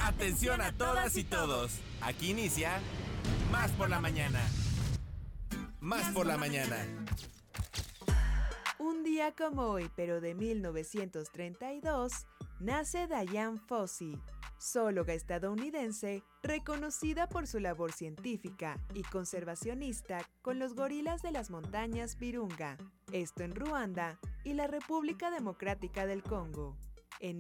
Atención a todas y todos. Aquí inicia Más por la Mañana. Más por la Mañana. Un día como hoy, pero de 1932, nace Dian Fossey, zoóloga estadounidense reconocida por su labor científica y conservacionista con los gorilas de las montañas Virunga, esto en Ruanda y la República Democrática del Congo. En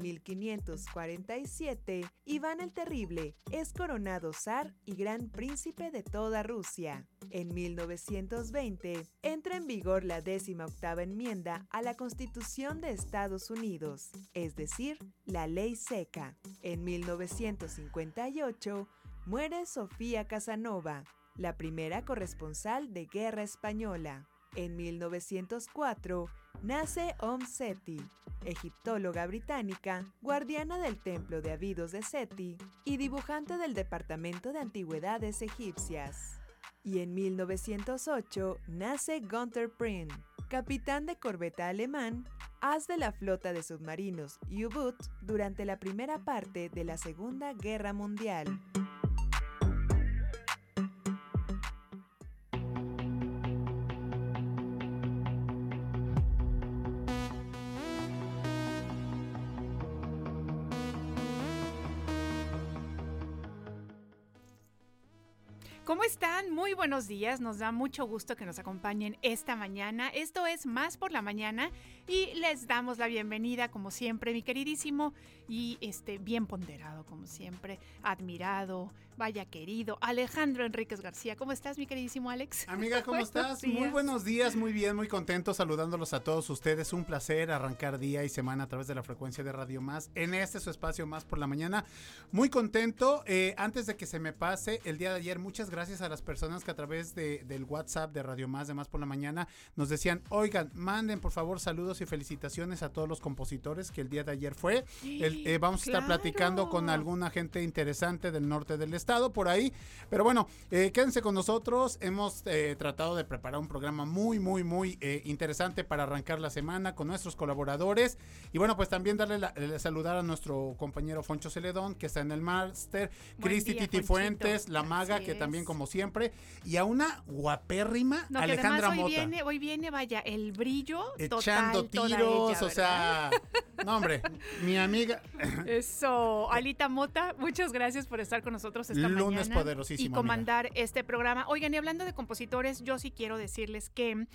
1547, Iván el Terrible es coronado zar y gran príncipe de toda Rusia. En 1920, entra en vigor la 18ª enmienda a la Constitución de Estados Unidos, es decir, la Ley Seca. En 1958, muere Sofía Casanova, la primera corresponsal de guerra española. En 1904, nace Seti, egiptóloga británica, guardiana del templo de Abidos de Seti y dibujante del Departamento de Antigüedades Egipcias. Y en 1908 nace Günther Prien, capitán de corbeta alemán, as de la flota de submarinos U-Boot durante la primera parte de la Segunda Guerra Mundial. ¿Cómo están? Muy buenos días, nos da mucho gusto que nos acompañen esta mañana. Esto es Más por la Mañana y les damos la bienvenida como siempre, mi queridísimo y bien ponderado como siempre, admirado, vaya querido, Alejandro Enríquez García. ¿Cómo estás, mi queridísimo Alex? Amiga, ¿cómo estás? Muy buenos días, muy bien, muy contento saludándolos a todos ustedes. Un placer arrancar día y semana a través de la frecuencia de Radio Más en su espacio Más por la Mañana. Muy contento. Antes de que se me pase, el día de ayer, muchas gracias a las personas que a través del WhatsApp de Radio Más, de Más por la Mañana, nos decían, oigan, manden por favor saludos y felicitaciones a todos los compositores que el día de ayer fue. Vamos a estar platicando con alguna gente interesante del norte del estado por ahí, pero bueno, quédense con nosotros. Hemos tratado de preparar un programa muy interesante para arrancar la semana con nuestros colaboradores y bueno, pues también saludar a nuestro compañero Foncho Celedón, que está en el máster, Cristi Titi Fuentes, la maga, que también como siempre, y a una guapérrima Alejandra Mota. Hoy viene, vaya, el brillo echando total, tiros, ella, o sea, no hombre, mi amiga. Eso, Alita Mota, muchas gracias por estar con nosotros esta Lunes mañana poderosísimo, y comandar este programa. Oigan, y hablando de compositores, yo sí quiero decirles que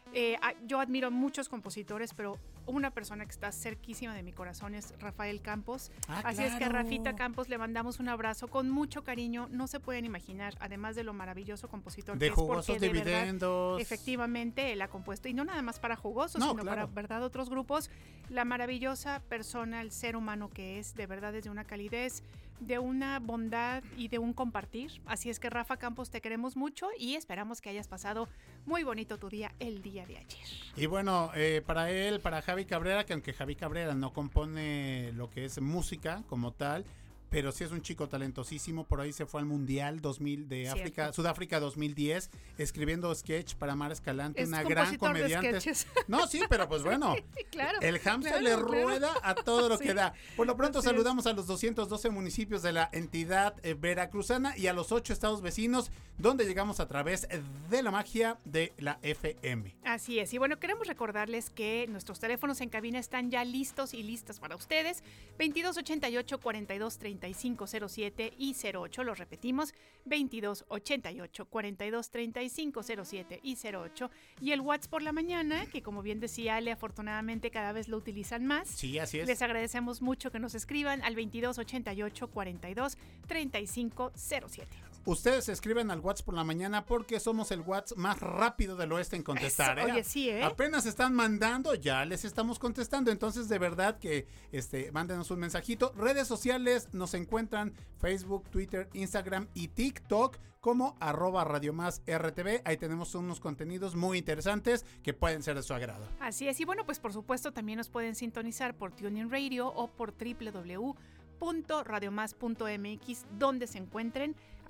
yo admiro a muchos compositores, pero una persona que está cerquísima de mi corazón es Rafael Campos. Así es que a Rafita Campos le mandamos un abrazo con mucho cariño. No se pueden imaginar, además de lo maravilloso compositor de que es, jugosos porque dividendos. Verdad, efectivamente, él ha compuesto, y no nada más para jugosos, sino para verdad otros grupos. La maravillosa persona, el ser humano que es, de verdad, es de una calidez, de una bondad y de un compartir. Así es que Rafa Campos, te queremos mucho y esperamos que hayas pasado muy bonito tu día el día de ayer. Y bueno, para Javi Cabrera, que aunque Javi Cabrera no compone lo que es música como tal, pero sí es un chico talentosísimo. Por ahí se fue al Mundial 2000 de África, Sudáfrica 2010, escribiendo sketch para Mara Escalante, una gran comediante. No, sí, pero pues bueno, claro, el hamster le rueda a todo lo que da. Por lo pronto saludamos a los 212 municipios de la entidad veracruzana y a los 8 estados vecinos, donde llegamos a través de la magia de la FM. Así es, y bueno, queremos recordarles que nuestros teléfonos en cabina están ya listos y listas para ustedes, 2288-423507 y 08, los repetimos, 2288-423507 y 08, y el WhatsApp por la mañana, que como bien decía Ale, afortunadamente cada vez lo utilizan más. Sí, así es. Les agradecemos mucho que nos escriban al 2288-423507. Ustedes escriben al WhatsApp por la mañana porque somos el WhatsApp más rápido del oeste en contestar. Oye, sí, Apenas están mandando, ya les estamos contestando. Entonces, de verdad que mándenos un mensajito. Redes sociales nos encuentran Facebook, Twitter, Instagram y TikTok como @RadioMásRTV. Ahí tenemos unos contenidos muy interesantes que pueden ser de su agrado. Así es, y bueno, pues por supuesto también nos pueden sintonizar por TuneIn Radio o por www.radiomás.mx, donde se encuentren.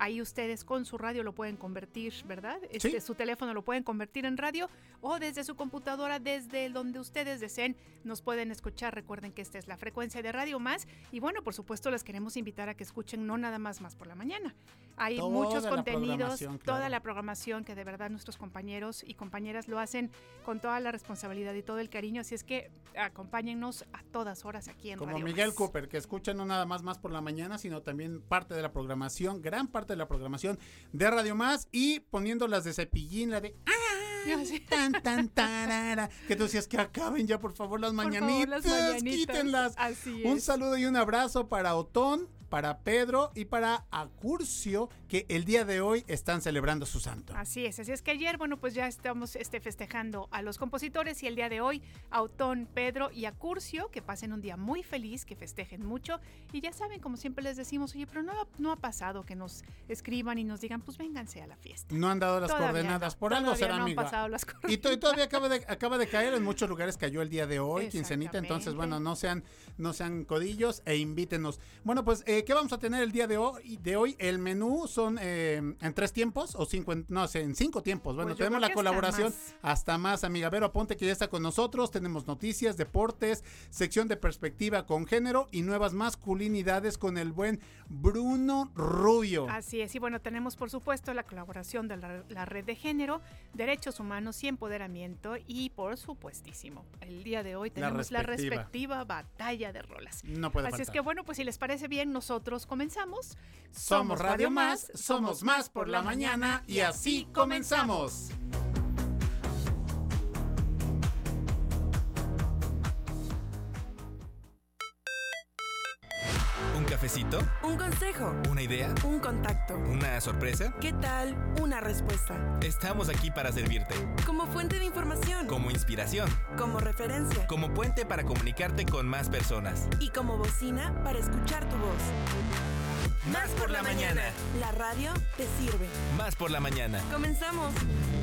Ahí ustedes con su radio lo pueden convertir, ¿verdad? Sí. Su teléfono lo pueden convertir en radio, o desde su computadora, desde donde ustedes deseen, nos pueden escuchar. Recuerden que esta es la frecuencia de Radio Más. Y bueno, por supuesto, les queremos invitar a que escuchen no nada más por la mañana. Hay Toda muchos la contenidos, programación, toda claro. la programación que de verdad nuestros compañeros y compañeras lo hacen con toda la responsabilidad y todo el cariño. Así es que acompáñennos a todas horas aquí en Como Radio Miguel Más. Cooper, que escucha no nada más por la mañana, sino también parte de la programación, gran parte de la programación de Radio Más, y poniendo las de Cepillín, la de Sí. tan tan tarara, que tú decías que acaben ya por favor las Por favor, mañanitas, las mañanitas. quítenlas. Así Un es. saludo y un abrazo para Otón, para Pedro y para Acurcio, que el día de hoy están celebrando su santo. Así es que ayer, bueno, pues ya estamos festejando a los compositores, y el día de hoy a Otón, Pedro y a Curcio, que pasen un día muy feliz, que festejen mucho, y ya saben, como siempre les decimos, oye, pero no ha pasado que nos escriban y nos digan, pues vénganse a la fiesta. No han dado las Todavía coordenadas, no, por algo todavía será, no han amiga. pasado las Y todavía acaba de caer, en muchos lugares cayó el día de hoy, quincenita, entonces bueno, no sean codillos e invítenos. Bueno, pues, ¿qué vamos a tener el día de hoy? El menú son en 3 tiempos o 5, en 5 tiempos. Bueno, Pues yo tenemos creo la que colaboración hasta más, amiga Vero Aponte, que ya está con nosotros. Tenemos noticias, deportes, sección de perspectiva con género y nuevas masculinidades con el buen Bruno Rubio. Así es, y bueno, tenemos por supuesto la colaboración de la Red de Género, Derechos Humanos y Empoderamiento, y por supuestísimo, el día de hoy tenemos la respectiva batalla de rolas. No puede Así faltar. es que bueno, pues si les parece bien, nosotros comenzamos. Somos Radio Más, somos más por la mañana, y así comenzamos. ¿Un cafecito? Un consejo, ¿Una idea? un contacto. ¿Una sorpresa? ¿Qué tal una respuesta? Estamos aquí para servirte. Como fuente de información, Como inspiración. como referencia Como puente para comunicarte con más personas. y como bocina para escuchar tu voz. Más por la mañana. La radio te sirve. Más por la mañana. Comenzamos.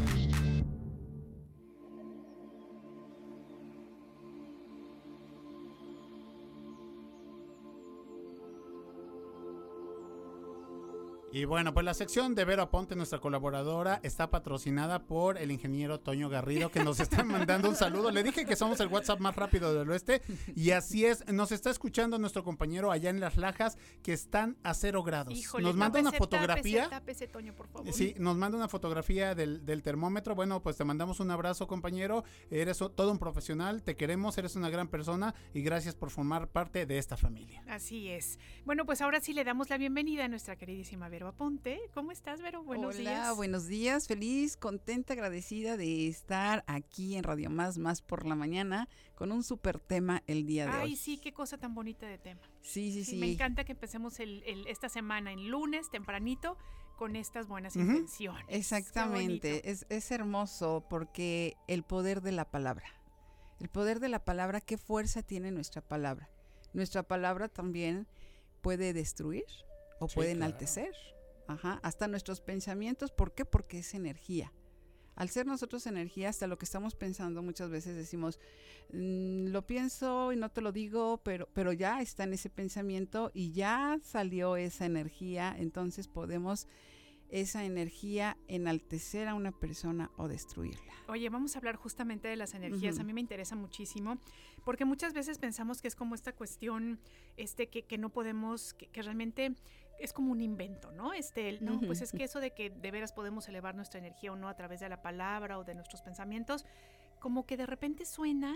Y bueno, pues la sección de Vero Aponte, nuestra colaboradora, está patrocinada por el ingeniero Toño Garrido, que nos está mandando un saludo. Le dije que somos el WhatsApp más rápido del oeste, y así es. Nos está escuchando nuestro compañero allá en Las Lajas, que están a 0 grados. Híjole, nos manda una fotografía. Tápese, Toño, por favor. Sí, nos manda una fotografía del termómetro. Bueno, pues te mandamos un abrazo, compañero. Eres todo un profesional, te queremos, eres una gran persona, y gracias por formar parte de esta familia. Así es. Bueno, pues ahora sí le damos la bienvenida a nuestra queridísima Vero Aponte. ¿Cómo estás, Vero? Buenos días. Hola, buenos días. Feliz, contenta, agradecida de estar aquí en Radio Más por la mañana, con un súper tema el día de hoy. Ay, sí, qué cosa tan bonita de tema. Sí. Me encanta que empecemos esta semana en lunes, tempranito, con estas buenas intenciones. Exactamente. Qué bonito. Es hermoso porque el poder de la palabra. El poder de la palabra, qué fuerza tiene nuestra palabra. Nuestra palabra también puede destruir o Sí, puede claro. enaltecer. Ajá, hasta nuestros pensamientos. ¿Por qué? Porque es energía. Al ser nosotros energía, hasta lo que estamos pensando muchas veces decimos, lo pienso y no te lo digo, pero ya está en ese pensamiento y ya salió esa energía, entonces podemos esa energía enaltecer a una persona o destruirla. Oye, vamos a hablar justamente de las energías. Ujú. A mí me interesa muchísimo, porque muchas veces pensamos que es como esta cuestión que no podemos, que realmente es como un invento, ¿no? No, Ujú. pues es que eso de que de veras podemos elevar nuestra energía o no a través de la palabra o de nuestros pensamientos, como que de repente suena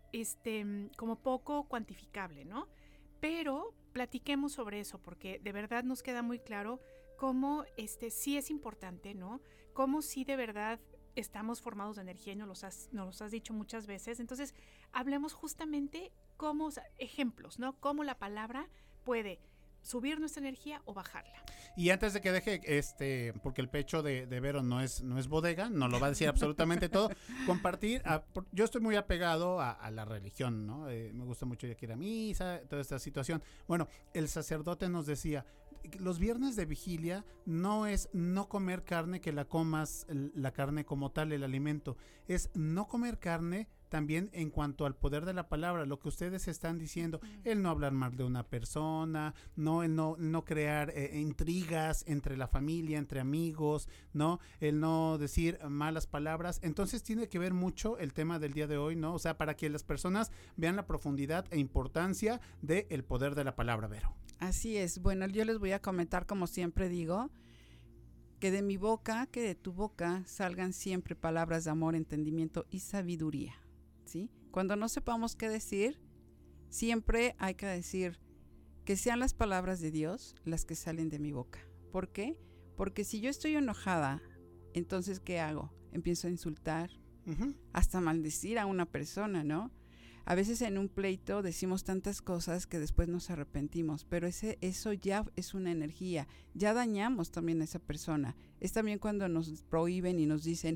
como poco cuantificable, ¿no? Pero platiquemos sobre eso, porque de verdad nos queda muy claro cómo sí es importante, ¿no? Cómo sí de verdad estamos formados de energía, y nos los has dicho muchas veces. Entonces, hablemos justamente ejemplos, ¿no? Cómo la palabra puede subir nuestra energía o bajarla. Y antes de que deje, porque el pecho de Vero no es bodega, no lo va a decir absolutamente todo, compartir, yo estoy muy apegado a la religión, ¿no? Me gusta mucho ir a misa, toda esta situación. Bueno, el sacerdote nos decía, los viernes de vigilia no es no comer carne, que la comas la carne como tal, el alimento, es no comer carne también en cuanto al poder de la palabra, lo que ustedes están diciendo, el no hablar mal de una persona, el no crear intrigas entre la familia, entre amigos, ¿no? El no decir malas palabras. Entonces tiene que ver mucho el tema del día de hoy, ¿no? O sea, para que las personas vean la profundidad e importancia del poder de la palabra, Vero. Así es. Bueno, yo les voy a comentar, como siempre digo, que de mi boca, que de tu boca salgan siempre palabras de amor, entendimiento y sabiduría, ¿sí? Cuando no sepamos qué decir, siempre hay que decir que sean las palabras de Dios las que salen de mi boca. ¿Por qué? Porque si yo estoy enojada, entonces ¿qué hago? Empiezo a insultar, hasta maldecir a una persona, ¿no? A veces en un pleito decimos tantas cosas que después nos arrepentimos, pero eso ya es una energía, ya dañamos también a esa persona. Es también cuando nos prohíben y nos dicen,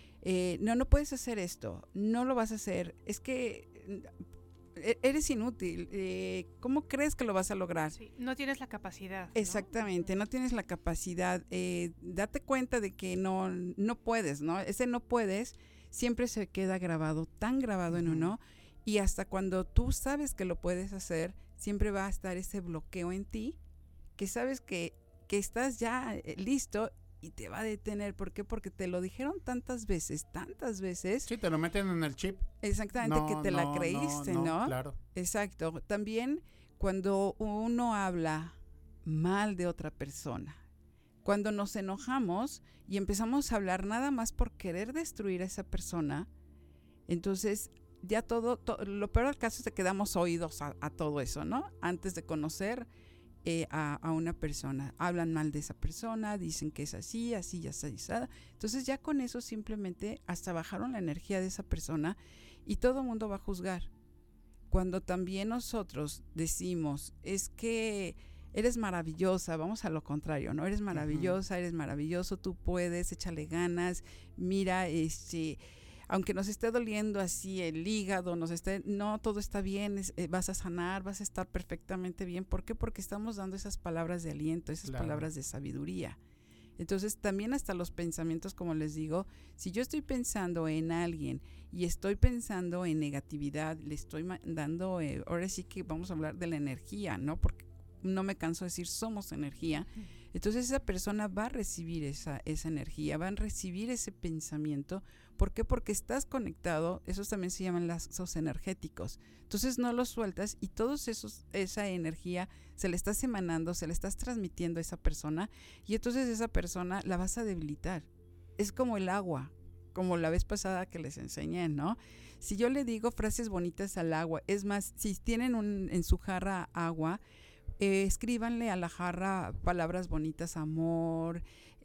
no puedes hacer esto, no lo vas a hacer, es que eres inútil, ¿cómo crees que lo vas a lograr? Sí, no tienes la capacidad, ¿no? Exactamente, no tienes la capacidad, date cuenta de que no puedes, ¿no? Ese no puedes siempre se queda grabado, tan grabado en uno. Y hasta cuando tú sabes que lo puedes hacer, siempre va a estar ese bloqueo en ti, que sabes que estás ya listo y te va a detener. ¿Por qué? Porque te lo dijeron tantas veces. Sí, te lo meten en el chip. Exactamente, que te la creíste, ¿no? Claro. Exacto. También cuando uno habla mal de otra persona, cuando nos enojamos y empezamos a hablar nada más por querer destruir a esa persona, entonces ya lo peor del caso es que quedamos oídos a todo eso, ¿no? Antes de conocer a una persona. Hablan mal de esa persona, dicen que es así, ya está. Entonces ya con eso simplemente hasta bajaron la energía de esa persona y todo el mundo va a juzgar. Cuando también nosotros decimos, es que eres maravillosa, vamos a lo contrario, ¿no? Eres maravillosa, eres maravilloso, tú puedes, échale ganas, mira, aunque nos esté doliendo así el hígado, no, todo está bien, vas a sanar, vas a estar perfectamente bien. ¿Por qué? Porque estamos dando esas palabras de aliento, esas palabras de sabiduría. Entonces también hasta los pensamientos, como les digo, si yo estoy pensando en alguien y estoy pensando en negatividad, le estoy dando, ahora sí que vamos a hablar de la energía, ¿no? Porque no me canso de decir, somos energía. Entonces esa persona va a recibir esa energía, va a recibir ese pensamiento. ¿Por qué? Porque estás conectado, esos también se llaman lazos energéticos. Entonces no los sueltas y esa energía se le estás emanando, se le estás transmitiendo a esa persona y entonces esa persona la vas a debilitar. Es como el agua, como la vez pasada que les enseñé, ¿no? Si yo le digo frases bonitas al agua, es más, si tienen en su jarra agua, escríbanle a la jarra palabras bonitas, amor,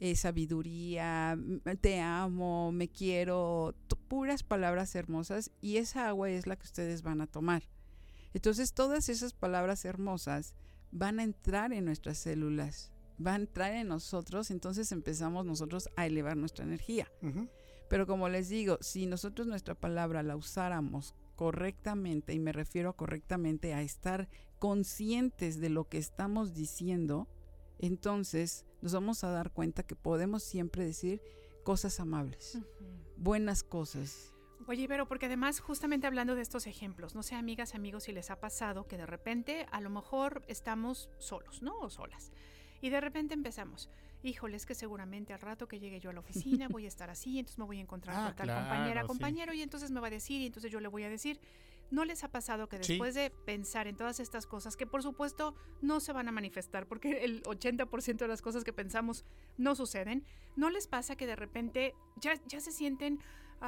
sabiduría, te amo, me quiero, puras palabras hermosas y esa agua es la que ustedes van a tomar. Entonces todas esas palabras hermosas van a entrar en nuestras células, van a entrar en nosotros, entonces empezamos nosotros a elevar nuestra energía. Pero como les digo, si nosotros nuestra palabra la usáramos correctamente, y me refiero a correctamente a estar conscientes de lo que estamos diciendo, entonces nos vamos a dar cuenta que podemos siempre decir cosas amables, buenas cosas. Oye, pero porque además justamente hablando de estos ejemplos, no sé, amigas, amigos, si les ha pasado que de repente a lo mejor estamos solos, ¿no? O solas. Y de repente empezamos, híjole, es que seguramente al rato que llegue yo a la oficina voy a estar así, entonces me voy a encontrar con tal compañero, y entonces me va a decir, y entonces yo le voy a decir. ¿No les ha pasado que después de pensar en todas estas cosas, que por supuesto no se van a manifestar, porque el 80% de las cosas que pensamos no suceden, ¿no les pasa que de repente ya se sienten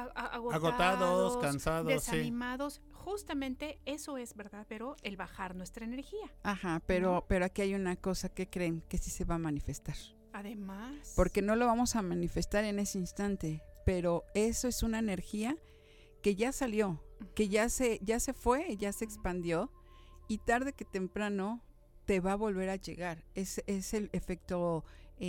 agotados, cansados, desanimados? Justamente eso es, ¿verdad? Pero el bajar nuestra energía. Ajá, pero aquí hay una cosa que creen que sí se va a manifestar. Además. Porque no lo vamos a manifestar en ese instante, pero eso es una energía que ya salió, que ya se fue, ya se expandió y tarde que temprano te va a volver a llegar. Es el efecto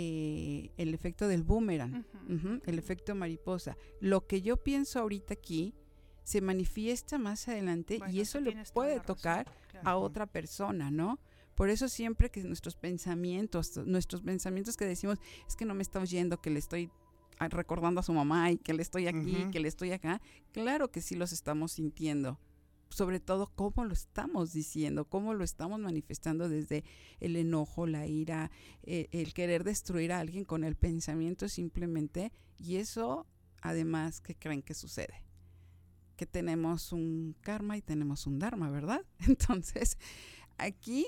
del boomerang, el efecto mariposa. Lo que yo pienso ahorita aquí se manifiesta más adelante, y eso le puede tocar a otra persona, ¿no? Por eso siempre que nuestros pensamientos que decimos, es que no me está oyendo, que le estoy recordando a su mamá y que le estoy aquí, Ujú. que le estoy acá. Claro que sí los estamos sintiendo. Sobre todo cómo lo estamos diciendo, cómo lo estamos manifestando desde el enojo, la ira, el querer destruir a alguien con el pensamiento simplemente. Y eso, además, ¿qué creen que sucede? Que tenemos un karma y tenemos un dharma, ¿verdad? Entonces, aquí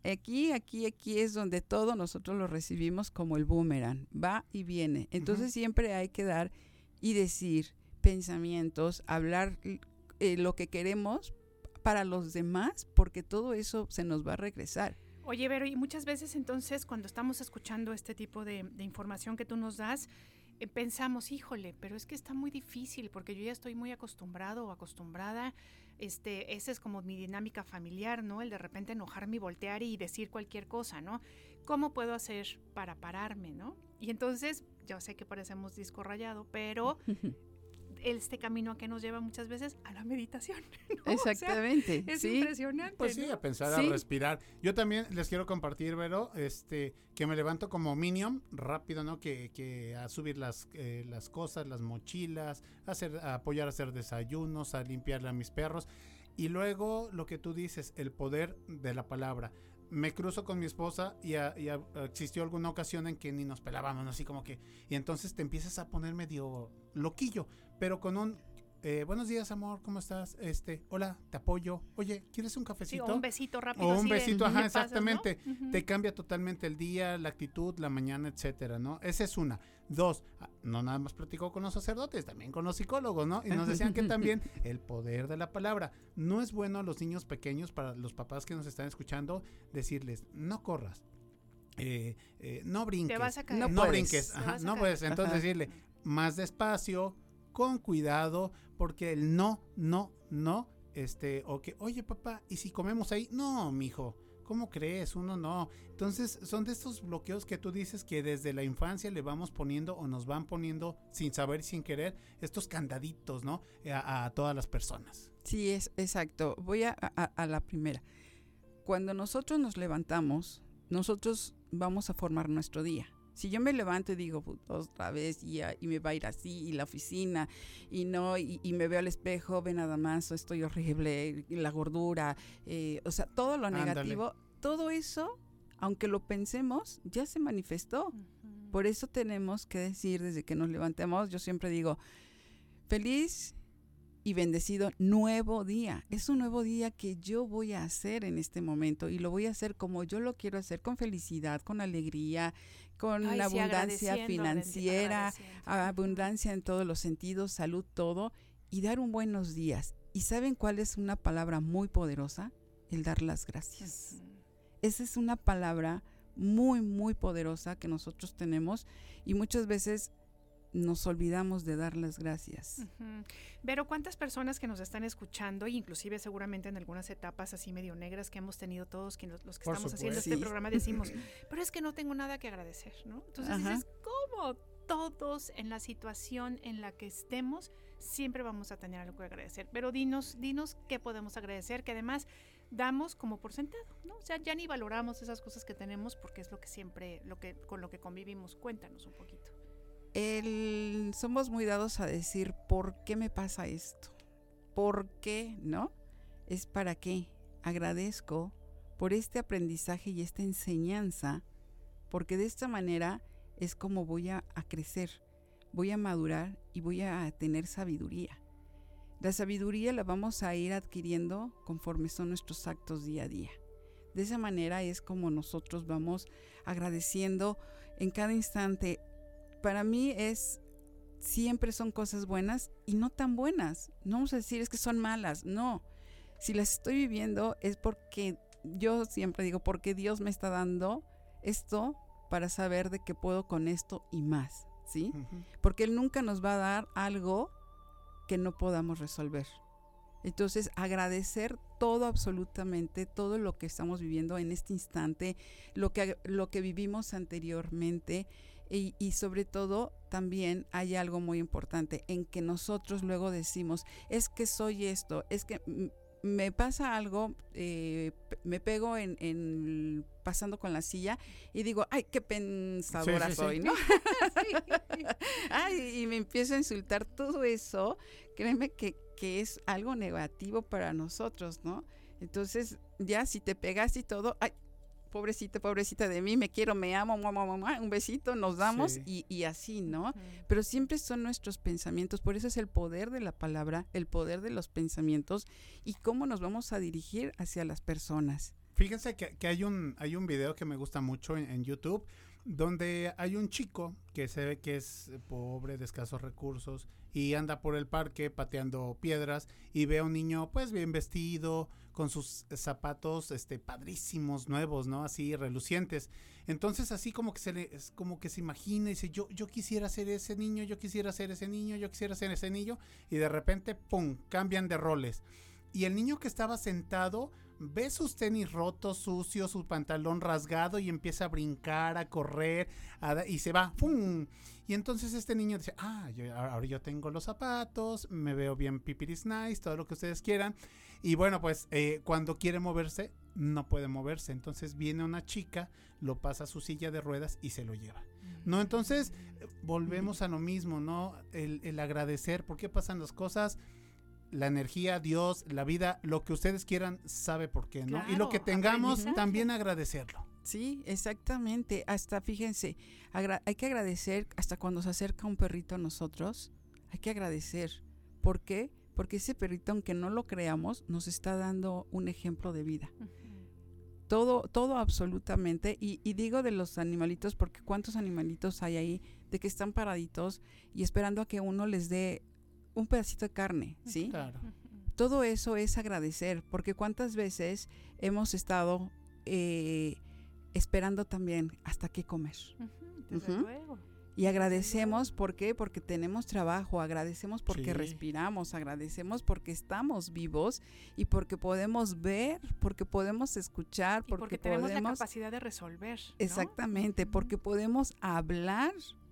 es donde todo nosotros lo recibimos como el boomerang, va y viene. Entonces siempre hay que dar y decir pensamientos, hablar lo que queremos para los demás, porque todo eso se nos va a regresar. Oye, Vero, y muchas veces entonces cuando estamos escuchando este tipo de información que tú nos das, pensamos, híjole, pero es que está muy difícil porque yo ya estoy muy acostumbrado o acostumbrada, esa es como mi dinámica familiar, ¿no? El de repente enojarme y voltear y decir cualquier cosa, ¿no? ¿Cómo puedo hacer para pararme, no? Y entonces, yo sé que parecemos disco rayado, pero este camino a que nos lleva muchas veces a la meditación, ¿no? Exactamente. O sea, es ¿sí? impresionante, Pues sí, ¿no? a pensar, Sí. a respirar. Yo también les quiero compartir, Vero, que me levanto como Minion, rápido, ¿no? Que a subir las cosas, las mochilas, a apoyar a hacer desayunos, a limpiarle a mis perros. Y luego lo que tú dices, el poder de la palabra. Me cruzo con mi esposa y existió alguna ocasión en que ni nos pelábamos, ¿no? Así como que... Y entonces te empiezas a poner medio loquillo, pero con un... buenos días, amor, ¿cómo estás? Hola, te apoyo. Oye, ¿quieres un Sí, cafecito? o un besito rápido. O un así de, besito, ¿qué ajá, le pasas, exactamente. no? Ujú. Te cambia totalmente el día, la actitud, la mañana, etcétera, ¿no? Esa es una. Dos, no nada más platico con los sacerdotes, también con los psicólogos, ¿no? Y nos decían que también el poder de la palabra. No es bueno a los niños pequeños, para los papás que nos están escuchando, decirles, no corras, no brinques. Te vas a caer. No No puedes. brinques, Te ajá, vas a no caer. puedes. Entonces Ajá. decirle, más despacio, con cuidado, porque el no, o que, oye papá, ¿y si comemos ahí? No, mijo, ¿cómo crees? Uno no. Entonces son de estos bloqueos que tú dices que desde la infancia le vamos poniendo o nos van poniendo sin saber, sin querer, estos candaditos, ¿no? A todas las personas. Sí, es exacto. Voy a la primera. Cuando nosotros nos levantamos, nosotros vamos a formar nuestro día. Si yo me levanto y digo, otra vez, y me va a ir así, y la oficina, y me veo al espejo, ve nada más, estoy horrible, y la gordura, o sea, todo lo Ándale. negativo, todo eso, aunque lo pensemos, ya se manifestó. Ujú. Por eso tenemos que decir desde que nos levantemos, yo siempre digo, feliz y bendecido nuevo día. Es un nuevo día que yo voy a hacer en este momento y lo voy a hacer como yo lo quiero hacer, con felicidad, con alegría, con Ay, sí, abundancia agradeciendo, financiera, agradeciendo. abundancia en todos los sentidos, salud, todo, y dar un buenos días. ¿Y saben cuál es una palabra muy poderosa? El dar las gracias. Ujú. Esa es una palabra muy, muy poderosa que nosotros tenemos y muchas veces nos olvidamos de dar las gracias. Ujú. Pero ¿cuántas personas que nos están escuchando, inclusive seguramente en algunas etapas así medio negras que hemos tenido todos los que Por estamos haciendo supuesto. este Sí. programa, decimos, pero es que no tengo nada que agradecer, ¿no? Entonces Ajá. dices, ¿cómo? Todos en la situación en la que estemos, siempre vamos a tener algo que agradecer. Pero dinos qué podemos agradecer, que además damos como por sentado, ¿no? O sea, ya ni valoramos esas cosas que tenemos porque es lo que siempre, con lo que convivimos. Cuéntanos un poquito. Somos muy dados a decir, ¿por qué me pasa esto? ¿Por qué? ¿No? Es para qué. Agradezco por este aprendizaje y esta enseñanza, porque de esta manera es como voy a crecer, voy a madurar y voy a tener sabiduría. La sabiduría la vamos a ir adquiriendo conforme son nuestros actos día a día. De esa manera es como nosotros vamos agradeciendo en cada instante. Para mí siempre son cosas buenas y no tan buenas. No vamos a decir es que son malas, no. Si las estoy viviendo es porque, yo siempre digo, porque Dios me está dando esto para saber de que puedo con esto y más, ¿sí? Ujú. Porque Él nunca nos va a dar algo que no podamos resolver. Entonces, agradecer todo, absolutamente, todo lo que estamos viviendo en este instante, lo que vivimos anteriormente, y sobre todo también hay algo muy importante en que nosotros luego decimos, es que soy esto, es que me pasa algo, me pego pasando con la silla y digo, ay, qué pensadora soy, ¿no? Ay, y me empiezo a insultar todo eso. Créeme que es algo negativo para nosotros, ¿no? Entonces, ya si te pegas y todo, ay, pobrecita de mí, me quiero, me amo, mamá, un besito, nos damos y así, ¿no? Pero siempre son nuestros pensamientos, por eso es el poder de la palabra, el poder de los pensamientos y cómo nos vamos a dirigir hacia las personas. Fíjense que hay un video que me gusta mucho en YouTube, donde hay un chico que se ve que es pobre, de escasos recursos, y anda por el parque pateando piedras y ve a un niño pues bien vestido, con sus zapatos padrísimos, nuevos, ¿no? Así relucientes. Entonces así como que se imagina y dice, yo quisiera ser ese niño, yo quisiera ser ese niño, yo quisiera ser ese niño, y de repente, ¡pum!, cambian de roles. Y el niño que estaba sentado ve sus tenis rotos, sucios, su pantalón rasgado y empieza a brincar, a correr, y se va, ¡pum! Y entonces este niño dice, ahora yo tengo los zapatos, me veo bien pipiris nice, todo lo que ustedes quieran. Y bueno, pues cuando quiere moverse, no puede moverse. Entonces viene una chica, lo pasa a su silla de ruedas y se lo lleva, ¿no? Entonces volvemos a lo mismo, ¿no? El agradecer. ¿Por qué pasan las cosas? La energía, Dios, la vida, lo que ustedes quieran, sabe por qué, ¿no? Claro, y lo que tengamos, también agradecerlo. Sí, exactamente. Hasta, fíjense, hay que agradecer hasta cuando se acerca un perrito a nosotros. Hay que agradecer. ¿Por qué? Porque ese perrito, aunque no lo creamos, nos está dando un ejemplo de vida. Todo absolutamente. Y digo de los animalitos, porque ¿cuántos animalitos hay ahí de que están paraditos y esperando a que uno les dé un pedacito de carne, ¿sí? Claro. Todo eso es agradecer, porque cuántas veces hemos estado esperando también hasta qué comer. Desde luego. Y agradecemos, ¿por qué? Porque tenemos trabajo, agradecemos porque respiramos, agradecemos porque estamos vivos y porque podemos ver, porque podemos escuchar, y porque tenemos la capacidad de resolver, ¿no? Exactamente, porque podemos hablar.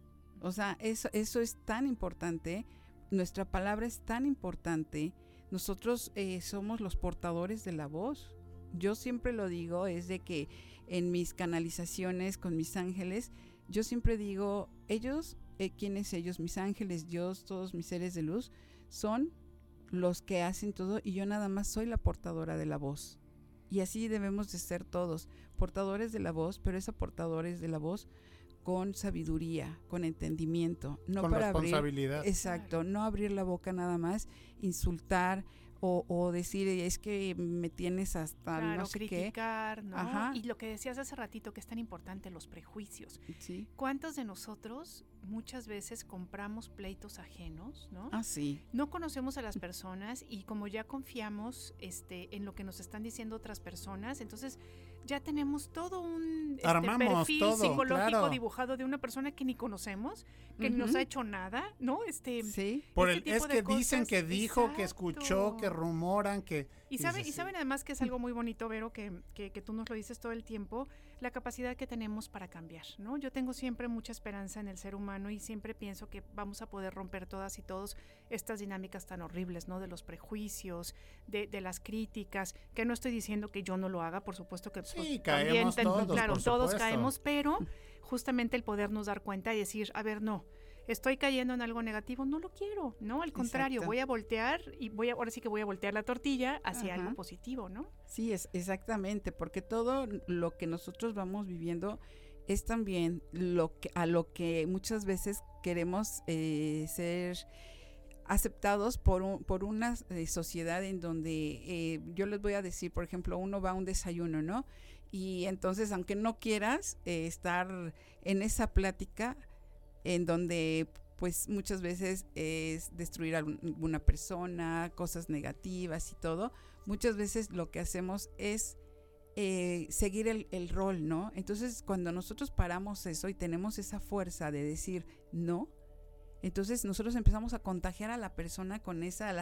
O sea, eso es tan importante. Nuestra palabra es tan importante. Nosotros somos los portadores de la voz. Yo siempre lo digo, es de que en mis canalizaciones con mis ángeles, yo siempre digo, ellos, ¿quiénes ellos? Mis ángeles, Dios, todos mis seres de luz, son los que hacen todo y yo nada más soy la portadora de la voz. Y así debemos de ser todos, portadores de la voz, pero es portadores de la voz con sabiduría, con entendimiento, no con para responsabilidad. abrir, exacto, no abrir la boca nada más, insultar o decir es que me tienes hasta no sé criticar, qué. ¿no? Ajá. Y lo que decías hace ratito que es tan importante, los prejuicios. Sí. ¿Cuántos de nosotros muchas veces compramos pleitos ajenos, ¿no? Sí. No conocemos a las personas y como ya confiamos en lo que nos están diciendo otras personas, entonces ya tenemos todo un perfil todo, psicológico claro, dibujado de una persona que ni conocemos, que ni nos ha hecho nada, ¿no? Sí. Por este es tipo de que cosas, dicen, que dijo, exacto, que escuchó, que rumoran, que... Y saben además que es algo muy bonito, Vero, que tú nos lo dices todo el tiempo, la capacidad que tenemos para cambiar, ¿no? Yo tengo siempre mucha esperanza en el ser humano y siempre pienso que vamos a poder romper todas y todos estas dinámicas tan horribles, ¿no? De los prejuicios, de las críticas, que no estoy diciendo que yo no lo haga, por supuesto que sí, también, caemos todos, claro, por todos supuesto. caemos, pero justamente el podernos dar cuenta y decir, a ver, no, estoy cayendo en algo negativo, no lo quiero, ¿no? Al contrario, Exacto. voy a voltear y ahora sí que voy a voltear la tortilla hacia algo positivo, ¿no? Sí, exactamente, porque todo lo que nosotros vamos viviendo es también a lo que muchas veces queremos ser aceptados por una sociedad en donde yo les voy a decir, por ejemplo, uno va a un desayuno, ¿no? Y entonces, aunque no quieras estar en esa plática en donde pues muchas veces es destruir a alguna persona, cosas negativas y todo, muchas veces lo que hacemos es seguir el rol, ¿no? Entonces, cuando nosotros paramos eso y tenemos esa fuerza de decir no, entonces nosotros empezamos a contagiar a las personas con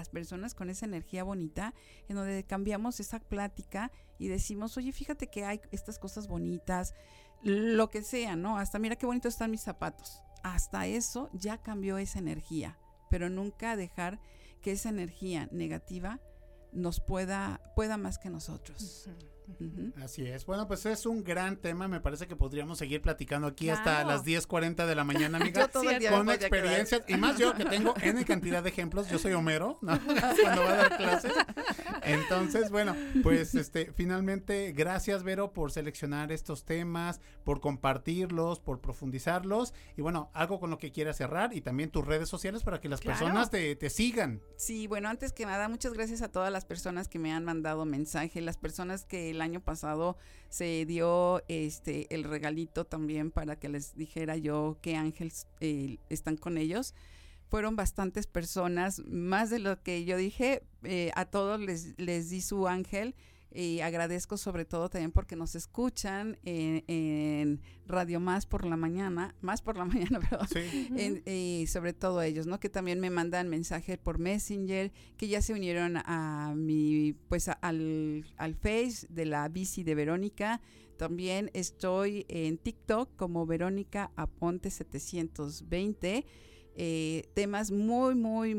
esa energía bonita, en donde cambiamos esa plática y decimos, oye, fíjate que hay estas cosas bonitas, lo que sea, ¿no? Hasta mira qué bonitos están mis zapatos. Hasta eso ya cambió esa energía, pero nunca dejar que esa energía negativa nos pueda más que nosotros. Así es. Bueno, pues es un gran tema. Me parece que podríamos seguir platicando aquí hasta Claro. las 10:40 de la mañana, amiga. Yo todo el día con me podía experiencias. Y más yo que tengo N cantidad de ejemplos. Yo soy Homero, ¿no? Cuando va a dar clases. Entonces, bueno, pues finalmente, gracias, Vero, por seleccionar estos temas, por compartirlos, por profundizarlos. Y bueno, algo con lo que quieras cerrar y también tus redes sociales para que las Claro. personas te sigan. Sí, bueno, antes que nada, muchas gracias a todas las personas que me han mandado mensaje, las personas que el año pasado se dio el regalito también para que les dijera yo qué ángeles están con ellos. Fueron bastantes personas, más de lo que yo dije, a todos les di su ángel. Y agradezco sobre todo también porque nos escuchan en Radio Más por la mañana, perdón. Sí. Y sobre todo ellos, ¿no? Que también me mandan mensajes por Messenger, que ya se unieron a mi, pues al Face de la bici de Verónica. También estoy en TikTok como Verónica Aponte 720. Temas muy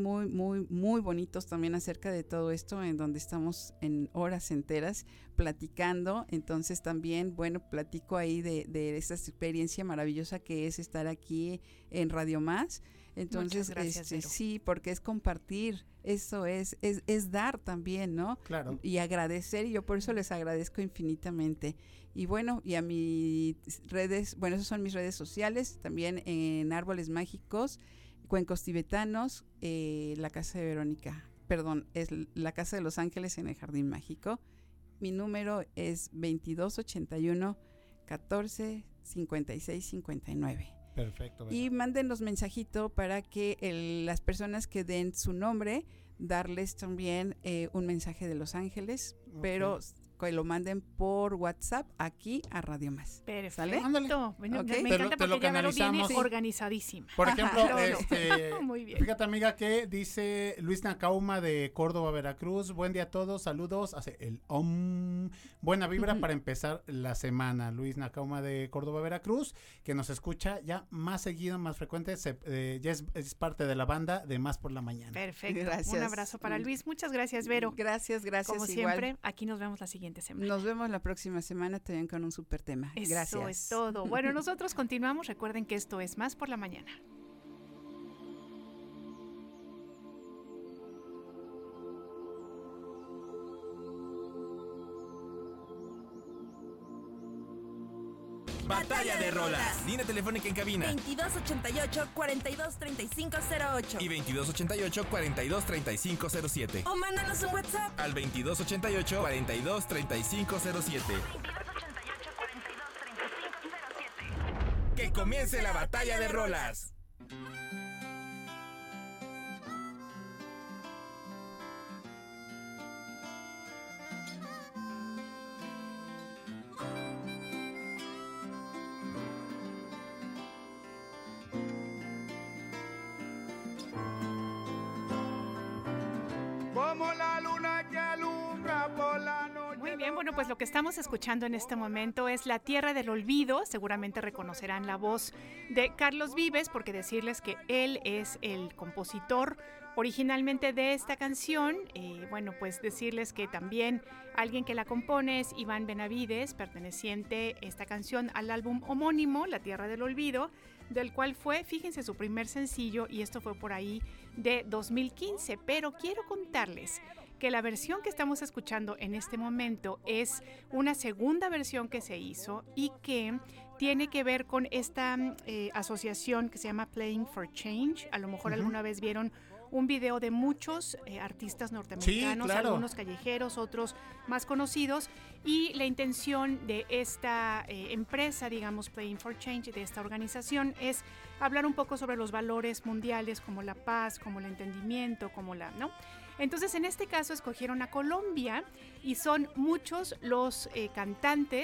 bonitos también acerca de todo esto, en donde estamos en horas enteras platicando. Entonces también, bueno, platico ahí de esta experiencia maravillosa que es estar aquí en Radio Más. Entonces, Muchas gracias, Vero. sí, porque es compartir, eso es dar también, ¿no? Claro. Y agradecer, y yo por eso les agradezco infinitamente. Y bueno, y a mis redes, bueno, esas son mis redes sociales, también en Árboles Mágicos, Cuencos Tibetanos, la Casa de Verónica, perdón, es la Casa de los Ángeles en el Jardín Mágico. Mi número es 2281 14 56 59. Perfecto. Y mándenos mensajito para que las personas que den su nombre, darles también un mensaje de Los Ángeles, pero que lo manden por WhatsApp aquí a Radio Más. Perfecto. ¿Sale? Ándale. Bueno, Ok. me Te encanta lo porque ya Vero viene canalizamos. organizadísima. Por ejemplo, Todo. Muy bien. fíjate, amiga, que dice Luis Nacauma de Córdoba, Veracruz. Buen día a todos, saludos. Hace el buena vibra para empezar la semana. Luis Nacauma de Córdoba, Veracruz, que nos escucha ya más seguido, más frecuente. Ya es parte de la banda de Más por la Mañana. Perfecto. Gracias. Un abrazo para Luis. Muchas gracias, Vero. Gracias, Como igual. siempre, aquí nos vemos la siguiente semana. Nos vemos la próxima semana también con un súper tema. Eso Gracias. es todo. Bueno, nosotros continuamos. Recuerden que esto es Más por la Mañana. Batalla de Rolas. Línea telefónica en cabina. 2288-423508. Y 2288-423507. O mándanos un WhatsApp. Al 2288-423507. Que comience la batalla de rolas. Como la luna que alumbra por la noche. Muy bien, bueno, pues lo que estamos escuchando en este momento es La Tierra del Olvido. Seguramente reconocerán la voz de Carlos Vives, porque decirles que él es el compositor originalmente de esta canción. Bueno, pues decirles que también alguien que la compone es Iván Benavides, perteneciente esta canción al álbum homónimo, La Tierra del Olvido, del cual fue, fíjense, su primer sencillo, y esto fue por ahí de 2015. Pero quiero contarles que la versión que estamos escuchando en este momento es una segunda versión que se hizo y que tiene que ver con esta asociación que se llama Playing for Change. A lo mejor alguna vez vieron un video de muchos artistas norteamericanos, Sí, claro. algunos callejeros, otros más conocidos, y la intención de esta empresa, digamos, Playing for Change, de esta organización, es hablar un poco sobre los valores mundiales como la paz, como el entendimiento, como ¿no? Entonces, en este caso escogieron a Colombia y son muchos los cantantes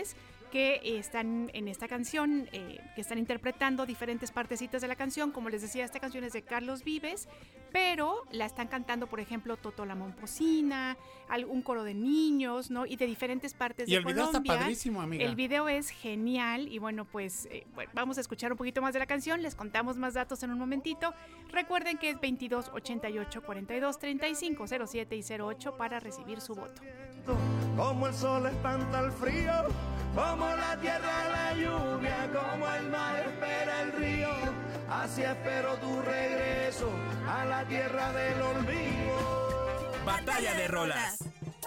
que están en esta canción, que están interpretando diferentes partecitas de la canción. Como les decía, esta canción es de Carlos Vives, pero la están cantando, por ejemplo, Totó la Momposina, un coro de niños, ¿no? Y de diferentes partes de Colombia. Y el video está padrísimo, amiga. El video es genial y bueno, pues vamos a escuchar un poquito más de la canción, les contamos más datos en un momentito. Recuerden que es 22 88 42 35 07 y 08 para recibir su voto. Como el sol espanta el frío, como la tierra la lluvia, como el mar espera el río, así espero tu regreso a la tierra del olvido. Batalla de rolas.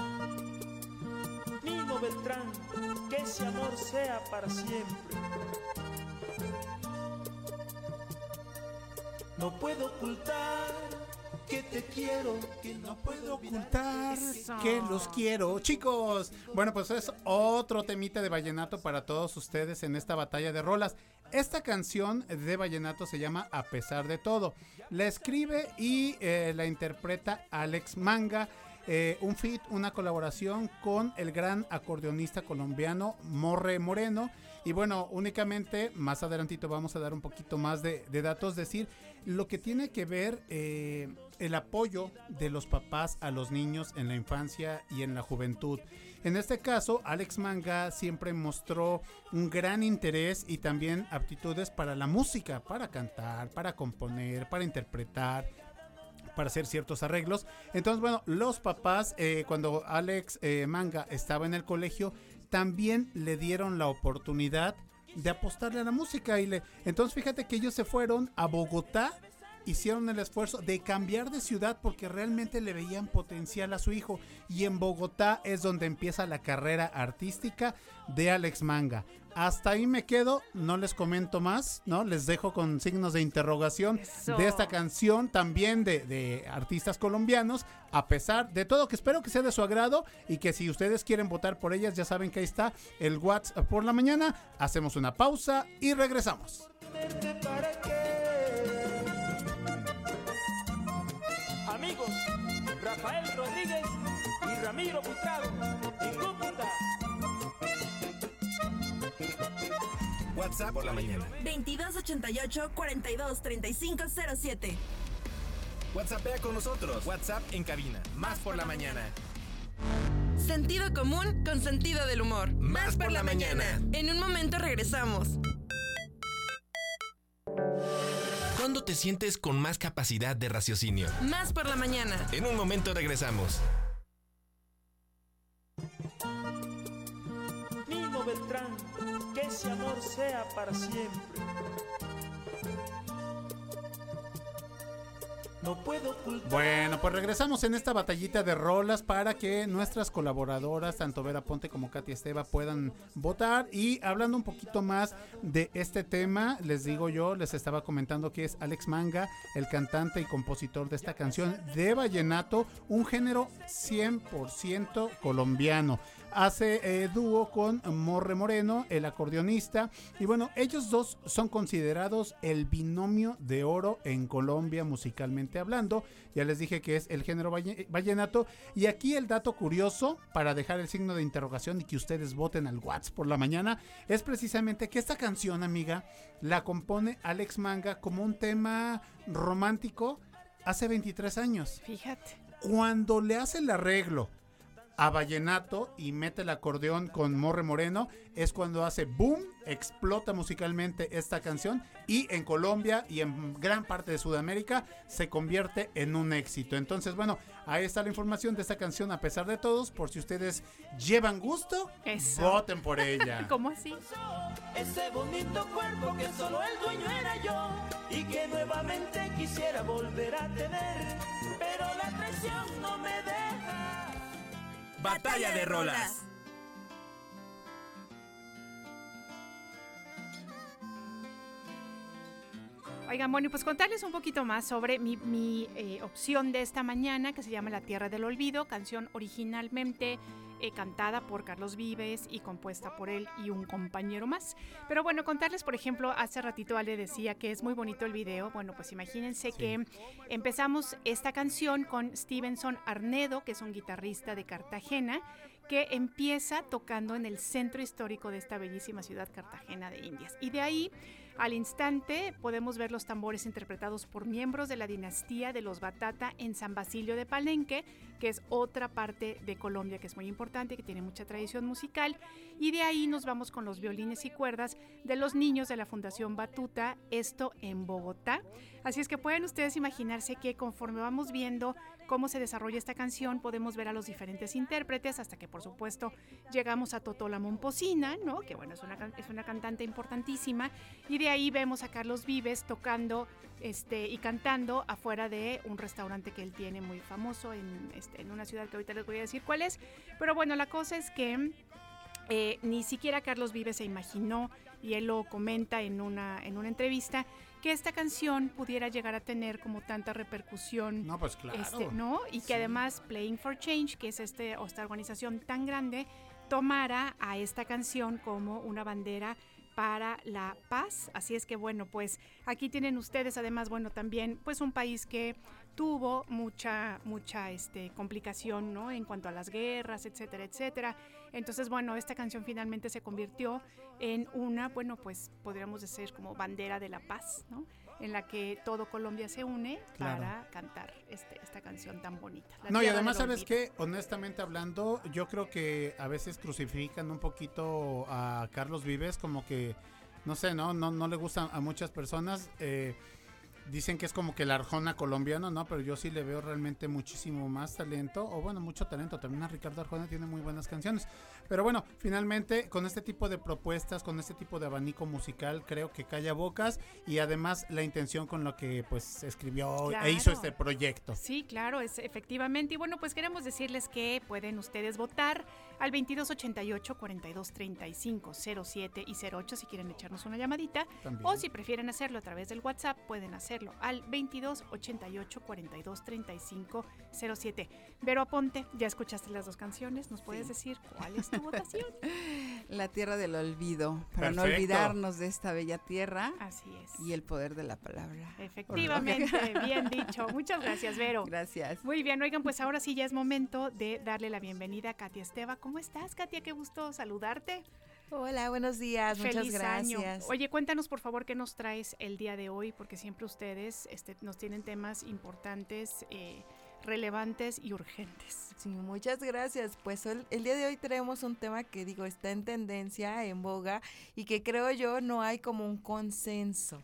Nino Beltrán, que ese amor sea para siempre. No puedo ocultar que te quiero, que no puedo Ocultar Eso. que los quiero, chicos. Bueno, pues es otro temita de vallenato para todos ustedes en esta batalla de rolas. Esta canción de vallenato se llama A pesar de todo. La escribe y la interpreta Alex Manga. Un feat, una colaboración con el gran acordeonista colombiano Morre Moreno. Y bueno, únicamente más adelantito vamos a dar un poquito más de datos, decir lo que tiene que ver el apoyo de los papás a los niños en la infancia y en la juventud. En este caso, Alex Manga siempre mostró un gran interés y también aptitudes para la música, para cantar, para componer, para interpretar, para hacer ciertos arreglos. Entonces, bueno, los papás, cuando Alex Manga estaba en el colegio, también le dieron la oportunidad de apostarle a la música. Entonces, fíjate que ellos se fueron a Bogotá, hicieron el esfuerzo de cambiar de ciudad porque realmente le veían potencial a su hijo. Y en Bogotá es donde empieza la carrera artística de Alex Manga. Hasta ahí me quedo, no les comento más, ¿no? Les dejo con signos de interrogación. Eso. De esta canción también de artistas colombianos, a pesar de todo, que espero que sea de su agrado y que si ustedes quieren votar por ellas, ya saben que ahí está el WhatsApp por la mañana. Hacemos una pausa y regresamos. ¿Para qué? Amigos, Rafael Rodríguez y Ramiro Butrado, en Cúcuta. WhatsApp por la mañana. 2288 42 35 07. WhatsAppea con nosotros. WhatsApp en cabina. Más por la mañana. Sentido común con sentido del humor. Más por la mañana. En un momento regresamos. ¿Cuándo te sientes con más capacidad de raciocinio? Más por la mañana. En un momento regresamos. Nino Beltrán, que ese amor sea para siempre. No puedo ocultar. Bueno, pues regresamos en esta batallita de rolas para que nuestras colaboradoras, tanto Vera Ponte como Katy Esteva, puedan votar. Y hablando un poquito más de este tema, les estaba comentando que es Alex Manga, el cantante y compositor de esta canción de vallenato, un género 100% colombiano. Hace dúo con Morre Moreno, el acordeonista, y bueno, ellos dos son considerados el binomio de oro en Colombia musicalmente hablando. Ya les dije que es el género vallenato, y aquí el dato curioso para dejar el signo de interrogación y que ustedes voten al WhatsApp por la mañana es precisamente que esta canción, amiga, la compone Alex Manga como un tema romántico hace 23 años. Fíjate. Cuando le hace el arreglo a vallenato y mete el acordeón con Morre Moreno, es cuando hace boom, explota musicalmente esta canción, y en Colombia y en gran parte de Sudamérica se convierte en un éxito. Entonces, bueno, ahí está la información de esta canción, A pesar de todos, por si ustedes llevan gusto, Eso. voten por ella. ¿Cómo así? Ese bonito cuerpo que solo el dueño era yo y que nuevamente quisiera volver a tener, pero la traición no me deja. Batalla de rolas. Oigan, bueno, y pues contarles un poquito más sobre mi opción de esta mañana, que se llama La Tierra del Olvido, canción originalmente cantada por Carlos Vives y compuesta por él y un compañero más. Pero bueno, contarles, por ejemplo, hace ratito Ale decía que es muy bonito el video. Bueno, pues imagínense que empezamos esta canción con Stevenson Arnedo, que es un guitarrista de Cartagena, que empieza tocando en el centro histórico de esta bellísima ciudad Cartagena de Indias. Y de ahí, al instante, podemos ver los tambores interpretados por miembros de la dinastía de los Batata en San Basilio de Palenque, que es otra parte de Colombia que es muy importante, que tiene mucha tradición musical. Y de ahí nos vamos con los violines y cuerdas de los niños de la Fundación Batuta, esto en Bogotá. Así es que pueden ustedes imaginarse que conforme vamos viendo cómo se desarrolla esta canción, podemos ver a los diferentes intérpretes hasta que, por supuesto, llegamos a Totó la Momposina, ¿no? Que bueno, es una cantante importantísima, y de ahí vemos a Carlos Vives tocando y cantando afuera de un restaurante que él tiene muy famoso en una ciudad que ahorita les voy a decir cuál es. Pero bueno, la cosa es que ni siquiera Carlos Vives se imaginó, y él lo comenta en una entrevista, que esta canción pudiera llegar a tener como tanta repercusión. No, pues claro. ¿No? Y que además Playing for Change, que es esta organización tan grande, tomara a esta canción como una bandera para la paz. Así es que bueno, pues aquí tienen ustedes además, bueno, también pues un país que tuvo mucha complicación, ¿no? En cuanto a las guerras, etcétera, etcétera. Entonces, bueno, esta canción finalmente se convirtió en una, bueno, pues podríamos decir como bandera de la paz, ¿no? En la que todo Colombia se une para cantar esta canción tan bonita. No, y además, ¿sabes qué? Honestamente hablando, yo creo que a veces crucifican un poquito a Carlos Vives, como que, no sé, no le gusta a muchas personas. Dicen que es como que el Arjona colombiano, ¿no? Pero yo sí le veo realmente muchísimo más talento, o bueno, mucho talento. También a Ricardo Arjona tiene muy buenas canciones. Pero bueno, finalmente, con este tipo de propuestas, con este tipo de abanico musical, creo que calla bocas, y además la intención con lo que pues escribió e hizo este proyecto. Sí, claro, efectivamente. Y bueno, pues queremos decirles que pueden ustedes votar al 2288-4235-07 y 08 si quieren echarnos una llamadita. También. O si prefieren hacerlo a través del WhatsApp, pueden hacerlo al 2288-4235-07. Vero Aponte, ya escuchaste las dos canciones, ¿nos puedes decir cuál es tu votación? La tierra del olvido, para Perfecto. no olvidarnos de esta bella tierra. Así es. Y el poder de la palabra. Efectivamente, bien dicho. Muchas gracias, Vero. Gracias. Muy bien, oigan, pues ahora sí ya es momento de darle la bienvenida a Katia Esteva. ¿Cómo estás, Katia? Qué gusto saludarte. Hola, buenos días, muchas gracias. Año. Oye, cuéntanos por favor qué nos traes el día de hoy, porque siempre ustedes nos tienen temas importantes, relevantes y urgentes. Sí, muchas gracias. Pues el día de hoy traemos un tema que está en tendencia, en boga, y que creo yo no hay como un consenso.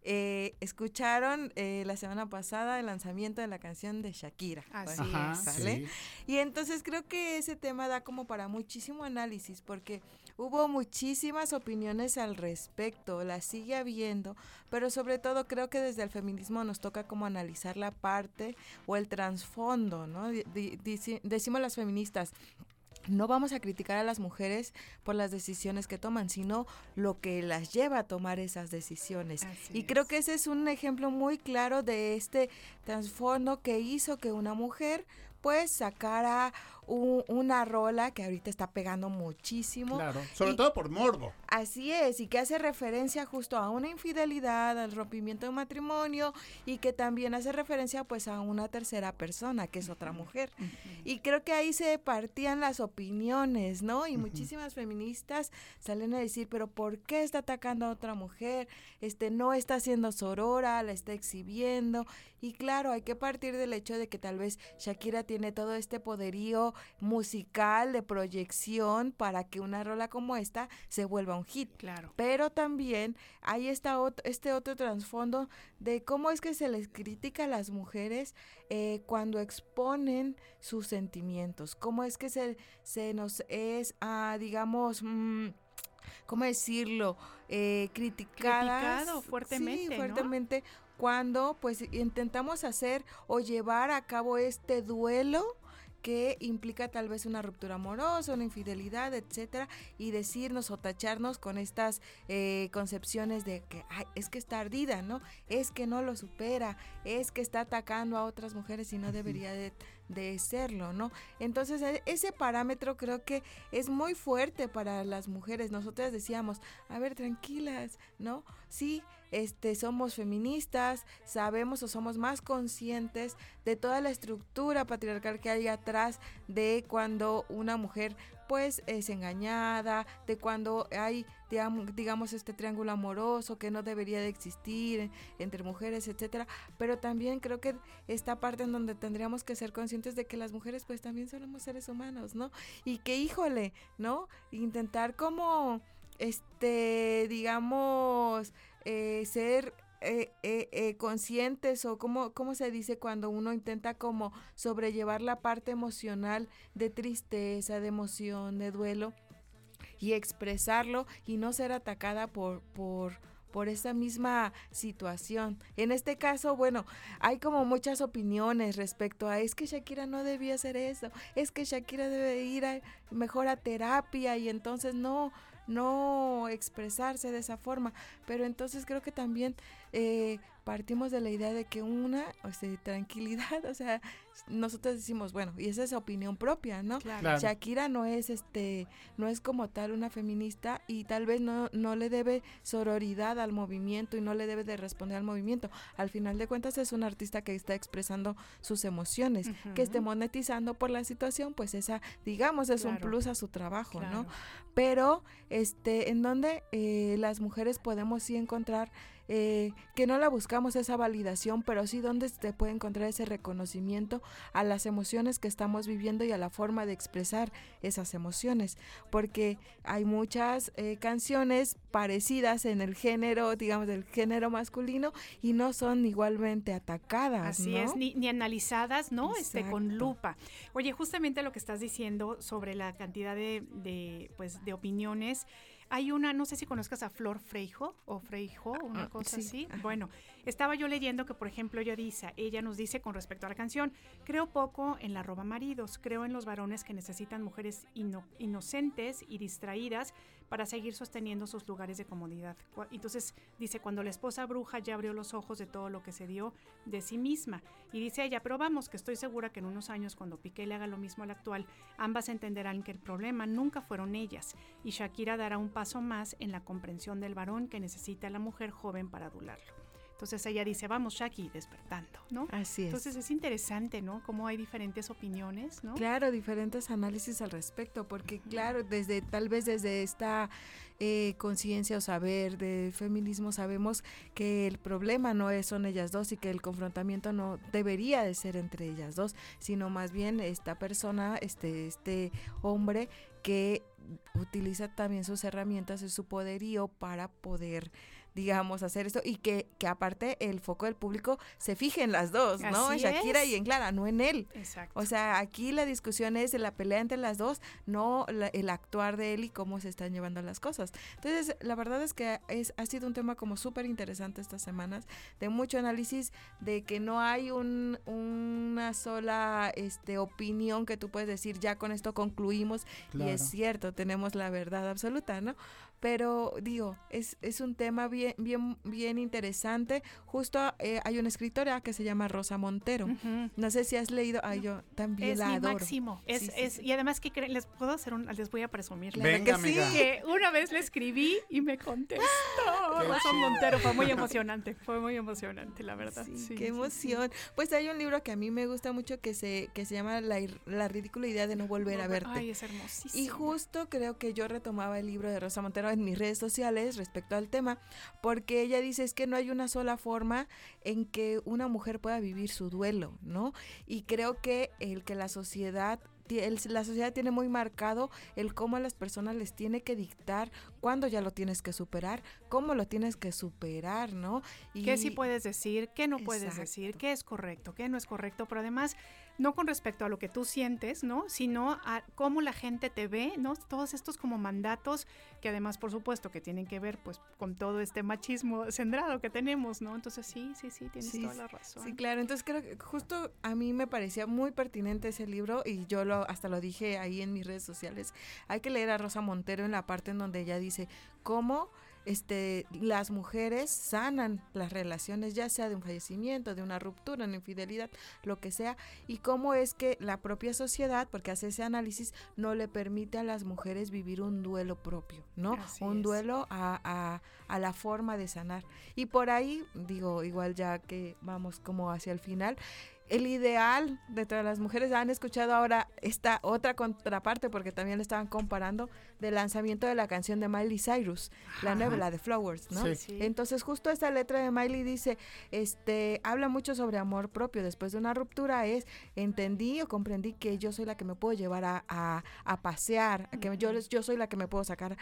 Escucharon la semana pasada el lanzamiento de la canción de Shakira. Así es, ¿sale? Sí. Y entonces creo que ese tema da como para muchísimo análisis, porque hubo muchísimas opiniones al respecto, las sigue habiendo, pero sobre todo creo que desde el feminismo nos toca como analizar la parte o el trasfondo, ¿no? Decimos las feministas, no vamos a criticar a las mujeres por las decisiones que toman, sino lo que las lleva a tomar esas decisiones. Y creo que ese es un ejemplo muy claro de este trasfondo que hizo que una mujer pues sacara una rola que ahorita está pegando muchísimo. Claro, sobre todo por morbo. Así es, y que hace referencia justo a una infidelidad, al rompimiento de un matrimonio, y que también hace referencia pues a una tercera persona, que es otra mujer. Y creo que ahí se partían las opiniones, ¿no? Y muchísimas feministas salen a decir, pero ¿por qué está atacando a otra mujer? No está siendo sorora, la está exhibiendo. Y claro, hay que partir del hecho de que tal vez Shakira tiene todo este poderío musical de proyección para que una rola como esta se vuelva un hit. Claro. Pero también hay este otro trasfondo de cómo es que se les critica a las mujeres cuando exponen sus sentimientos, cómo es que se nos es, digamos, ¿cómo decirlo? Criticado fuertemente, sí, fuertemente, ¿no? Cuando pues intentamos hacer o llevar a cabo este duelo que implica tal vez una ruptura amorosa, una infidelidad, etcétera, y decirnos o tacharnos con estas concepciones de que es que está ardida, ¿no? Es que no lo supera, es que está atacando a otras mujeres y no debería de de serlo, ¿no? Entonces ese parámetro creo que es muy fuerte para las mujeres. Nosotras decíamos, a ver, tranquilas, ¿no? Sí, somos feministas, sabemos o somos más conscientes de toda la estructura patriarcal que hay atrás de cuando una mujer pues es engañada, de cuando hay, digamos, este triángulo amoroso que no debería de existir entre mujeres, etcétera, pero también creo que esta parte en donde tendríamos que ser conscientes de que las mujeres pues también somos seres humanos, ¿no? Y que, híjole, ¿no? Intentar como, digamos, ser conscientes, o cómo se dice cuando uno intenta como sobrellevar la parte emocional de tristeza, de emoción, de duelo, y expresarlo y no ser atacada por esa misma situación. En este caso, bueno, hay como muchas opiniones respecto a, es que Shakira no debía hacer eso, es que Shakira debe ir mejor a terapia y entonces no expresarse de esa forma, pero entonces creo que también partimos de la idea de que tranquilidad, o sea, nosotros decimos, bueno, y esa es opinión propia, ¿no? Claro. Shakira no es como tal una feminista y tal vez no le debe sororidad al movimiento y no le debe de responder al movimiento. Al final de cuentas es un artista que está expresando sus emociones, que esté monetizando por la situación, pues esa, digamos, es un plus a su trabajo, ¿no? Pero en donde las mujeres podemos sí encontrar que no la buscamos esa validación, pero sí donde se puede encontrar ese reconocimiento a las emociones que estamos viviendo y a la forma de expresar esas emociones, porque hay muchas canciones parecidas en el género, digamos, del género masculino, y no son igualmente atacadas, Así ¿no? es, ni analizadas, ¿no? Con Exacto. lupa. Oye, justamente lo que estás diciendo sobre la cantidad de opiniones. Hay una, no sé si conozcas a Flor Freijo, una cosa sí, así. ajá. Bueno, estaba yo leyendo que, por ejemplo, ella nos dice con respecto a la canción, creo poco en la roba maridos, creo en los varones que necesitan mujeres inocentes y distraídas para seguir sosteniendo sus lugares de comodidad. Entonces dice, cuando la esposa bruja ya abrió los ojos de todo lo que se dio de sí misma. Y dice ella, pero vamos, que estoy segura que en unos años, cuando Piqué le haga lo mismo al actual, ambas entenderán que el problema nunca fueron ellas, y Shakira dará un paso más en la comprensión del varón que necesita a la mujer joven para adularlo. Entonces ella dice, vamos, Shaki, despertando, ¿no? Así es. Entonces es interesante, ¿no? Cómo hay diferentes opiniones, ¿no? Claro, diferentes análisis al respecto, porque claro, tal vez desde esta conciencia o saber de feminismo sabemos que el problema no son ellas dos y que el confrontamiento no debería de ser entre ellas dos, sino más bien esta persona, este hombre que utiliza también sus herramientas y su poderío para poder, digamos, hacer esto, y que aparte el foco del público se fije en las dos, ¿no? Así en Shakira es. y en Clara, no en él. Exacto. O sea, aquí la discusión es de la pelea entre las dos, no el actuar de él y cómo se están llevando las cosas. Entonces, la verdad es que ha sido un tema como súper interesante estas semanas, de mucho análisis, de que no hay una sola opinión que tú puedes decir, ya con esto concluimos, Claro. y es cierto, tenemos la verdad absoluta, ¿no? Pero digo, es un tema bien interesante. Justo hay una escritora que se llama Rosa Montero. Ujú. No sé si has leído, yo también Es la mi adoro. máximo. Sí, sí. Y además que les puedo les voy a presumir. Claro Venga, que sí. amiga. Que una vez le escribí y me contestó. Rosa Montero, fue muy emocionante, la verdad. Sí, Sí, qué sí, emoción. Pues hay un libro que a mí me gusta mucho que se llama La ridícula idea de no volver a verte. Ay, es hermosísimo. Y justo creo que yo retomaba el libro de Rosa Montero en mis redes sociales respecto al tema, porque ella dice es que no hay una sola forma en que una mujer pueda vivir su duelo, ¿no? Y creo que la sociedad tiene muy marcado el cómo a las personas les tiene que dictar cuándo ya lo tienes que superar, cómo lo tienes que superar, ¿no? Y ¿qué sí puedes decir? ¿Qué no puedes Exacto. decir? ¿Qué es correcto? ¿Qué no es correcto? Pero además, no con respecto a lo que tú sientes, ¿no? Sino a cómo la gente te ve, ¿no? Todos estos como mandatos que además, por supuesto, que tienen que ver pues con todo este machismo centrado que tenemos, ¿no? Entonces sí, tienes toda la razón. Sí, claro. Entonces creo que justo a mí me parecía muy pertinente ese libro y yo hasta lo dije ahí en mis redes sociales. Hay que leer a Rosa Montero en la parte en donde ella dice cómo las mujeres sanan las relaciones, ya sea de un fallecimiento, de una ruptura, una infidelidad, lo que sea, y cómo es que la propia sociedad, porque hace ese análisis, no le permite a las mujeres vivir un duelo propio, ¿no? Así un es. duelo a la forma de sanar. Y por ahí, digo, igual ya que vamos como hacia el final, el ideal de todas las mujeres, han escuchado ahora esta otra contraparte, porque también le estaban comparando del lanzamiento de la canción de Miley Cyrus, la nueva, la de Flowers, ¿no? Sí. Entonces justo esta letra de Miley dice, habla mucho sobre amor propio. Después de una ruptura entendí o comprendí que yo soy la que me puedo llevar a pasear, que yo soy la que me puedo sacar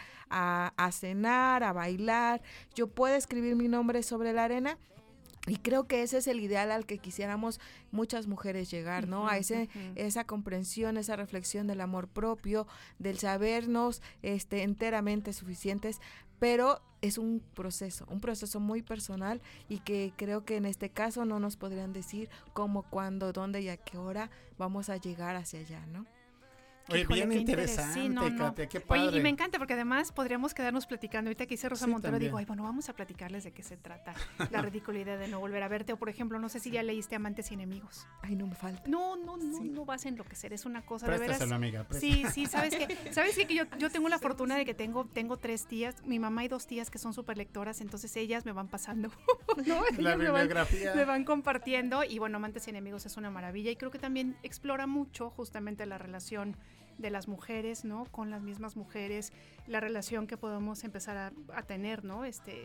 a cenar, a bailar, yo puedo escribir mi nombre sobre la arena. Y creo que ese es el ideal al que quisiéramos muchas mujeres llegar, ¿no? A esa comprensión, esa reflexión del amor propio, del sabernos enteramente suficientes, pero es un proceso muy personal, y que creo que en este caso no nos podrían decir cómo, cuándo, dónde y a qué hora vamos a llegar hacia allá, ¿no? Oye, Híjole, bien qué interesante, sí, no. Katia, qué padre. Oye, y me encanta porque además podríamos quedarnos platicando. Ahorita que hice Rosa Sí, Montero, también. digo, bueno, vamos a platicarles de qué se trata la ridiculidad de no volver a verte. O por ejemplo, no sé si ya leíste Amantes y Enemigos. Ay, no me falta. No vas a enloquecer, es una cosa de veras. Préstaselo, amiga. Sí, ¿sabes qué? Que yo tengo la fortuna de que tengo 3 tías, mi mamá y 2 tías que son súper lectoras, entonces ellas me van pasando, ¿no? La Ellas bibliografía. me van compartiendo, y bueno, Amantes y Enemigos es una maravilla, y creo que también explora mucho justamente la relación de las mujeres, ¿no? Con las mismas mujeres, la relación que podemos empezar a tener, ¿no?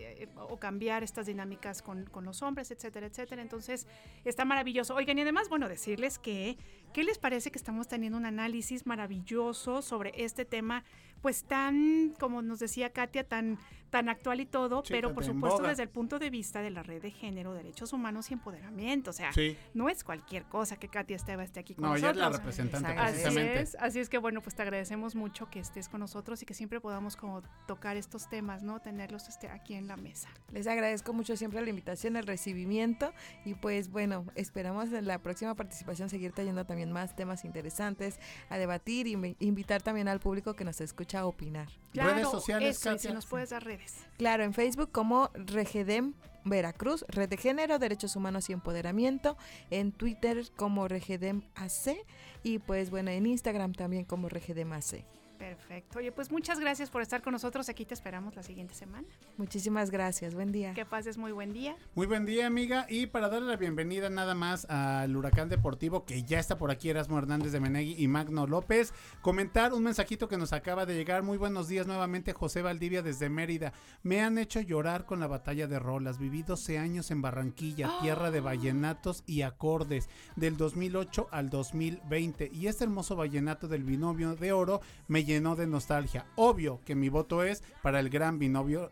O cambiar estas dinámicas con los hombres, etcétera, etcétera. Entonces, está maravilloso. Oigan, y además, bueno, decirles que, ¿qué les parece que estamos teniendo un análisis maravilloso sobre este tema, pues tan, como nos decía Katia, tan actual y todo, Sí, pero tan por en supuesto boga. desde el punto de vista de la red de género, derechos humanos y empoderamiento. O sea, Sí. no es cualquier cosa que Katia Esteva esté aquí con No, ella es nosotros. la representante, Así precisamente. Así es que bueno, pues te agradecemos mucho que estés con nosotros y que siempre podamos como tocar estos temas, ¿no? Tenerlos aquí en la mesa. Les agradezco mucho siempre la invitación, el recibimiento, y pues bueno, esperamos en la próxima participación seguir trayendo también más temas interesantes a debatir, y invitar también al público que nos escucha a opinar. Redes sociales, eso, y Katia. si nos puedes dar redes. Claro, en Facebook como Regedem Veracruz, Red de Género, Derechos Humanos y Empoderamiento, en Twitter como Regedem AC, y pues bueno, en Instagram también como Regedem AC. Perfecto. Oye, pues muchas gracias por estar con nosotros. Aquí te esperamos la siguiente semana. Muchísimas gracias, buen día. Que pases muy buen día. Muy buen día, amiga. Y para darle la bienvenida nada más al Huracán Deportivo, que ya está por aquí, Erasmo Hernández de Menegui y Magno López, comentar un mensajito que nos acaba de llegar. Muy buenos días nuevamente, José Valdivia desde Mérida. Me han hecho llorar con la batalla de rolas. Viví 12 años en Barranquilla, tierra de vallenatos y acordes, del 2008 al 2020. Y este hermoso vallenato del binomio de oro me llenó de nostalgia. Obvio que mi voto es para el gran binomio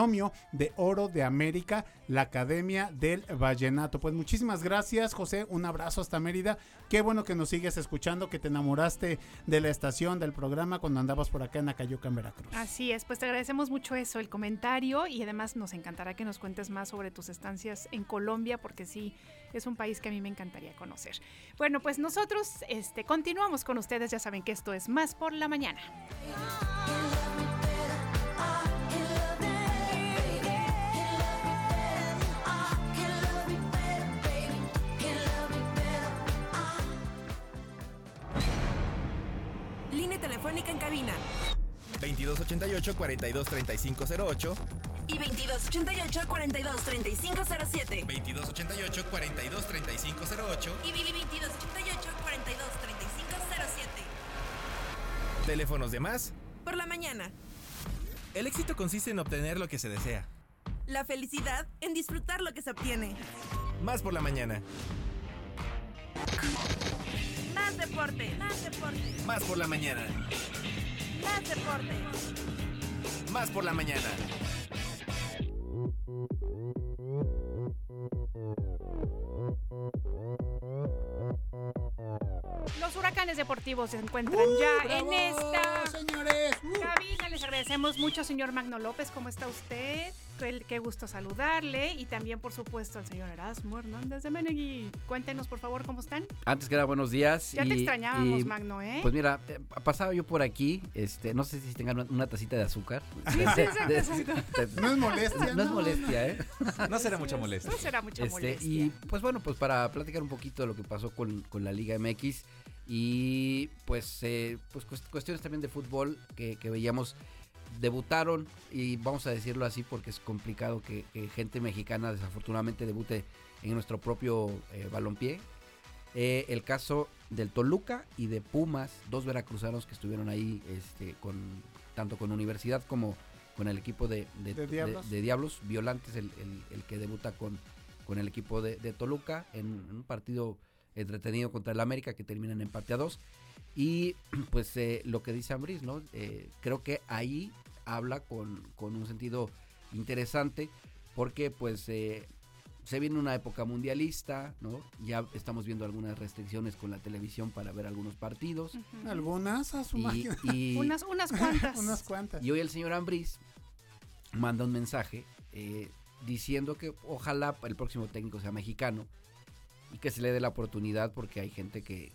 de oro de América, la Academia del Vallenato. Pues muchísimas gracias, José, un abrazo hasta Mérida. Qué bueno que nos sigues escuchando, que te enamoraste de la estación, del programa cuando andabas por acá en Acayuca, en Veracruz. Así es, pues te agradecemos mucho eso, el comentario, y además nos encantará que nos cuentes más sobre tus estancias en Colombia, porque sí, es un país que a mí me encantaría conocer. Bueno, pues nosotros continuamos con ustedes, ya saben que esto es Más por la Mañana. Línea telefónica en cabina 2288-423508 y 2288-423507. 2288-423508. Y 2288-423507. Teléfonos de Más Por la mañana. El éxito consiste en obtener lo que se desea. La felicidad en disfrutar lo que se obtiene. Más por la mañana. Más deporte. Más deporte. Más por la mañana. Más deporte. Más por la mañana. Los huracanes deportivos se encuentran ya ¡Bravo, en esta señores! cabina. Les agradecemos mucho, señor Magno López. ¿Cómo está usted? qué gusto saludarle y también, por supuesto, al señor Erasmo Hernández de Menegui. Cuéntenos, por favor, ¿cómo están? Antes que nada, buenos días. Ya te extrañábamos, Magno, ¿eh? Pues mira, pasaba yo por aquí, no sé si tengan una tacita de azúcar. Sí, exacto. No es molestia. No es molestia, ¿eh? No será mucha molestia. No será mucha molestia. Y pues bueno, pues para platicar un poquito de lo que pasó con la Liga MX y pues cuestiones también de fútbol que veíamos. Debutaron, y vamos a decirlo así porque es complicado que gente mexicana desafortunadamente debute en nuestro propio balompié. El caso del Toluca y de Pumas, dos veracruzanos que estuvieron ahí tanto con Universidad como con el equipo de Diablos. Violantes, el que debuta con el equipo de Toluca en un partido entretenido contra el América que termina en empate a 2. Y pues lo que dice Ambriz, ¿no? Creo que ahí habla con un sentido interesante porque pues se viene una época mundialista, ¿no? Ya estamos viendo algunas restricciones con la televisión para ver algunos partidos. Uh-huh. Algunas a su máquina. Unas cuantas. Unas cuantas. Y hoy el señor Ambriz manda un mensaje diciendo que ojalá el próximo técnico sea mexicano y que se le dé la oportunidad porque hay gente que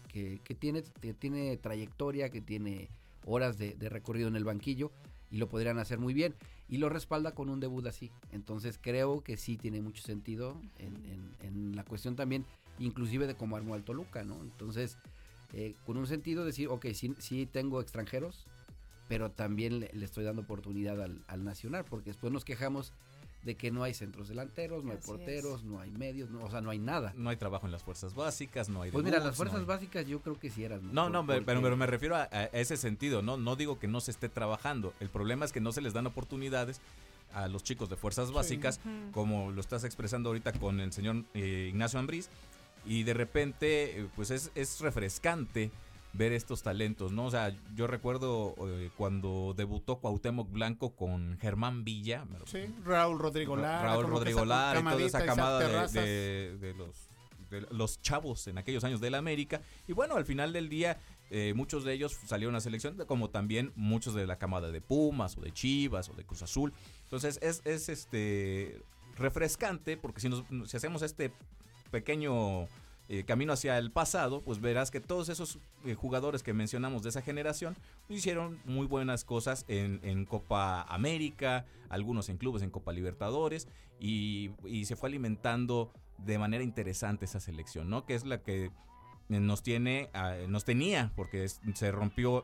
tiene trayectoria, que tiene horas de recorrido en el banquillo y lo podrían hacer muy bien y lo respalda con un debut así. Entonces creo que sí tiene mucho sentido en la cuestión también, inclusive de cómo armó al Toluca, ¿no? Entonces con un sentido decir, ok, sí tengo extranjeros, pero también le estoy dando oportunidad al nacional, porque después nos quejamos de que no hay centros delanteros, no hay porteros, no hay medios, no hay nada. No hay trabajo en las fuerzas básicas, no hay... Pues mira, las fuerzas básicas yo creo que sí eran. Pero me refiero a ese sentido, no digo que no se esté trabajando. El problema es que no se les dan oportunidades a los chicos de fuerzas básicas, como lo estás expresando ahorita con el señor Ignacio Ambriz, y de repente pues es refrescante ver estos talentos, ¿no? O sea, yo recuerdo cuando debutó Cuauhtémoc Blanco con Germán Villa. Sí, Raúl Rodrigo Lara y toda esa camada de los chavos en aquellos años de la América. Y bueno, al final del día, muchos de ellos salieron a selección, como también muchos de la camada de Pumas, o de Chivas, o de Cruz Azul. Entonces, es refrescante, porque si hacemos este pequeño... camino hacia el pasado, pues verás que todos esos jugadores que mencionamos de esa generación pues hicieron muy buenas cosas en Copa América, algunos en clubes en Copa Libertadores y se fue alimentando de manera interesante esa selección, ¿no? Que es la que nos tenía, porque se rompió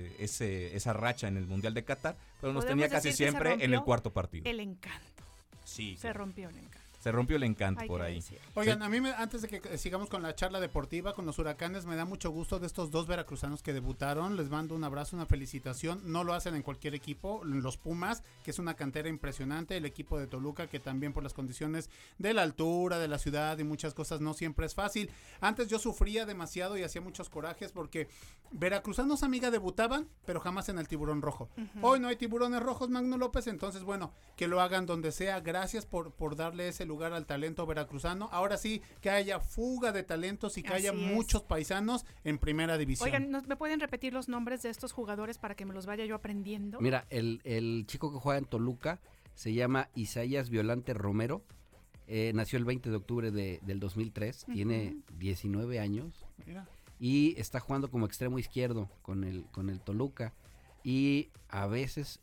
esa racha en el Mundial de Qatar, pero nos tenía casi siempre en el cuarto partido. El encanto. Sí. Se rompió el encanto. Se rompió el encanto por ahí. Oigan, a mí antes de que sigamos con la charla deportiva con los Huracanes, me da mucho gusto de estos dos veracruzanos que debutaron. Les mando un abrazo, una felicitación. No lo hacen en cualquier equipo. Los Pumas, que es una cantera impresionante. El equipo de Toluca, que también por las condiciones de la altura, de la ciudad y muchas cosas no siempre es fácil. Antes yo sufría demasiado y hacía muchos corajes porque veracruzanos, amiga, debutaban, pero jamás en el Tiburón Rojo. Uh-huh. Hoy no hay tiburones rojos, Magno López, entonces bueno, que lo hagan donde sea. Gracias por darle ese lugar al talento veracruzano. Ahora sí, que haya fuga de talentos y que haya muchos paisanos en primera división. Oigan, ¿me pueden repetir los nombres de estos jugadores para que me los vaya yo aprendiendo? Mira, el chico que juega en Toluca se llama Isaías Violante Romero. Nació el 20 de octubre del 2003. Uh-huh. Tiene 19 años. Mira. Y está jugando como extremo izquierdo con el Toluca. Y a veces,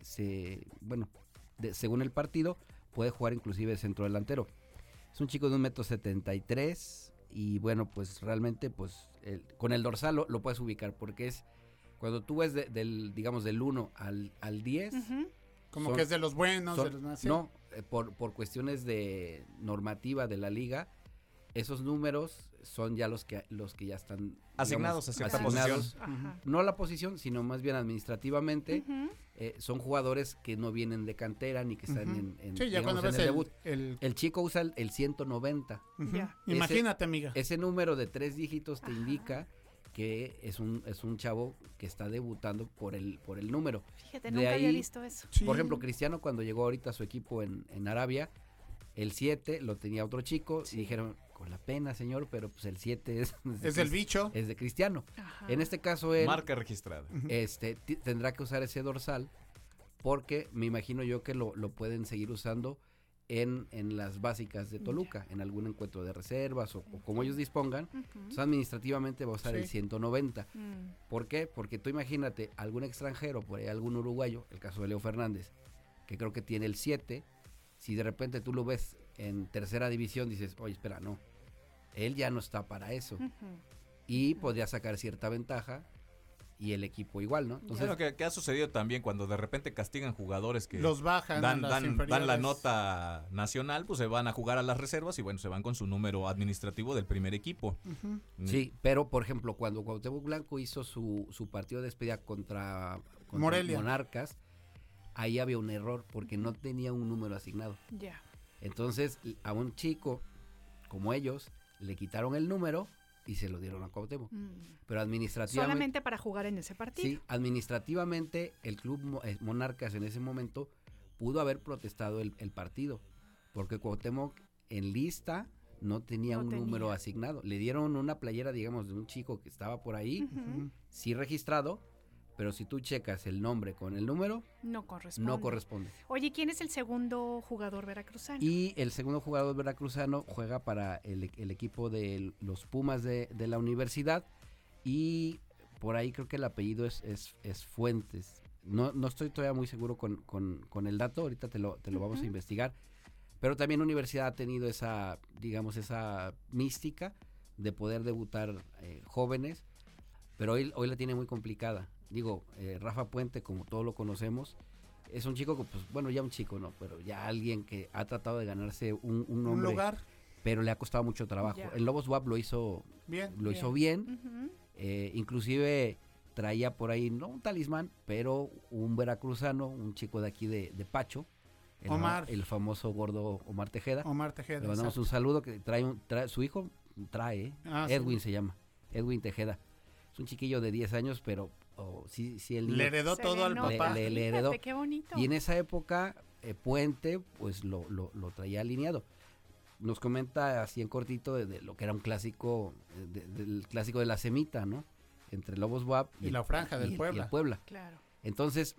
según el partido, puede jugar inclusive de centro delantero. Es un chico de 1,73 m y bueno, pues realmente pues con el dorsal lo puedes ubicar porque es cuando tú ves del 1 al 10. Uh-huh. Como que es de los buenos, de los más. No, por cuestiones de normativa de la liga, esos números son ya los que ya están asignados a cierta posición. No a la posición, sino más bien administrativamente. Uh-huh. Son jugadores que no vienen de cantera ni que están en el debut. El chico usa el 190. Uh-huh. Imagínate, amiga. Ese número de 3 dígitos te indica que es un chavo que está debutando por el número. Fíjate, nunca había visto eso. Sí. Por ejemplo, Cristiano, cuando llegó ahorita a su equipo en Arabia, el 7 lo tenía otro chico y dijeron, con la pena, señor, pero pues el 7 es del bicho. Es de Cristiano. Ajá. En este caso él marca registrada. Tendrá que usar ese dorsal porque me imagino yo que lo pueden seguir usando en las básicas de Toluca, en algún encuentro de reservas o como ellos dispongan. Entonces, administrativamente va a usar el 190. ¿Por qué? Porque tú imagínate, algún extranjero, por ahí algún uruguayo, el caso de Leo Fernández, que creo que tiene el 7, si de repente tú lo ves en tercera división, dices, oye, espera, no, él ya no está para eso. Y podría sacar cierta ventaja y el equipo igual, ¿no? Entonces, bueno, que ha sucedido también cuando de repente castigan jugadores que los bajan, dan la nota nacional, pues se van a jugar a las reservas y bueno, se van con su número administrativo del primer equipo. Sí, pero por ejemplo, cuando Cuauhtémoc Blanco hizo su partido de despedida contra Morelia, Monarcas, ahí había un error porque no tenía un número asignado. Ya. Entonces, a un chico como ellos le quitaron el número y se lo dieron a Cuauhtémoc. Pero administrativamente... Solamente para jugar en ese partido. Sí, administrativamente el club Monarcas en ese momento pudo haber protestado el partido, porque Cuauhtémoc en lista no tenía un número asignado. Le dieron una playera, digamos, de un chico que estaba por ahí, sí registrado, pero si tú checas el nombre con el número, no corresponde. Oye, ¿quién es el segundo jugador veracruzano? Y el segundo jugador veracruzano juega para el equipo de los Pumas de la universidad, y por ahí creo que el apellido es Fuentes. No estoy todavía muy seguro con el dato, ahorita te lo vamos a investigar, pero también la universidad ha tenido esa, digamos, esa mística de poder debutar jóvenes, pero hoy la tiene muy complicada. Digo, Rafa Puente, como todos lo conocemos, es un chico que, pues, bueno, ya un chico no, pero ya alguien que ha tratado de ganarse un nombre, un lugar, pero le ha costado mucho trabajo. El Lobos WAP lo hizo bien. Inclusive traía por ahí, no un talismán, pero un veracruzano, un chico de aquí de Pacho, el famoso gordo Omar Tejeda. Le mandamos un saludo, que su hijo Edwin se llama, Edwin Tejeda. Es un chiquillo de 10 años, pero sí el niño le heredó todo al papá. Le heredó. Qué bonito. Y en esa época, Puente, pues lo traía alineado. Nos comenta así en cortito de lo que era un clásico, del clásico de la semita, ¿no? Entre Lobos WAP y la franja del Puebla. Y el Puebla. Claro. Entonces,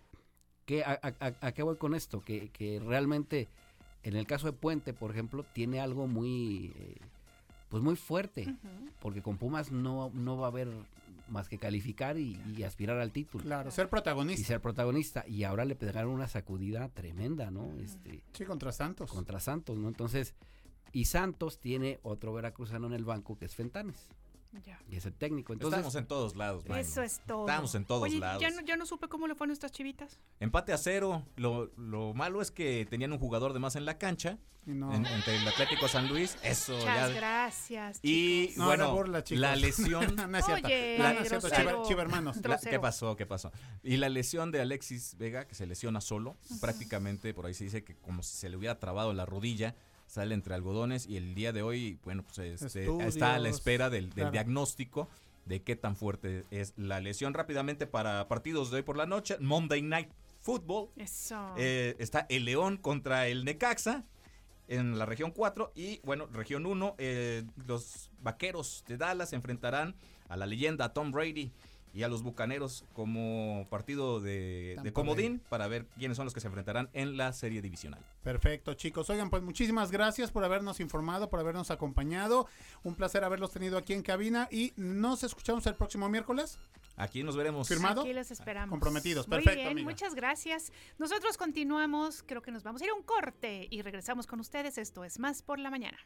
¿a qué voy con esto? Que realmente, en el caso de Puente, por ejemplo, tiene algo muy, pues muy fuerte, porque con Pumas no va a haber más que calificar y aspirar al título. Claro, ser protagonista. Y ser protagonista. Y ahora le pegaron una sacudida tremenda, ¿no? Sí, contra Santos. ¿No? Entonces, y Santos tiene otro veracruzano en el banco que es Fentanes. Ya. Y es el técnico. Entonces, estamos en todos lados, Magno. Eso es todo. Estamos en todos lados. Ya no supe cómo le fue a nuestras chivitas. Empate a 0. Lo malo es que tenían un jugador de más en la cancha. Entre el Atlético San Luis. Eso. Muchas gracias, chicos. Y bueno, la lesión. Chiva hermanos. ¿Qué pasó? Y la lesión de Alexis Vega, que se lesiona solo. Prácticamente, por ahí se dice que como si se le hubiera trabado la rodilla. Sale entre algodones y el día de hoy, bueno, pues está a la espera del diagnóstico de qué tan fuerte es la lesión. Rápidamente para partidos de hoy por la noche, Monday Night Football. Eso. Está el León contra el Necaxa en la región 4 y, bueno, región 1, los Vaqueros de Dallas se enfrentarán a la leyenda Tom Brady y a los Bucaneros como partido de comodín para ver quiénes son los que se enfrentarán en la serie divisional. Perfecto, chicos. Oigan, pues muchísimas gracias por habernos informado, por habernos acompañado. Un placer haberlos tenido aquí en cabina y nos escuchamos el próximo miércoles. Aquí nos veremos. ¿Firmado? Aquí los esperamos. Comprometidos. Muy Perfecto, bien, amiga. muchas gracias. Nosotros continuamos, creo que nos vamos a ir a un corte y regresamos con ustedes. Esto es Más por la Mañana.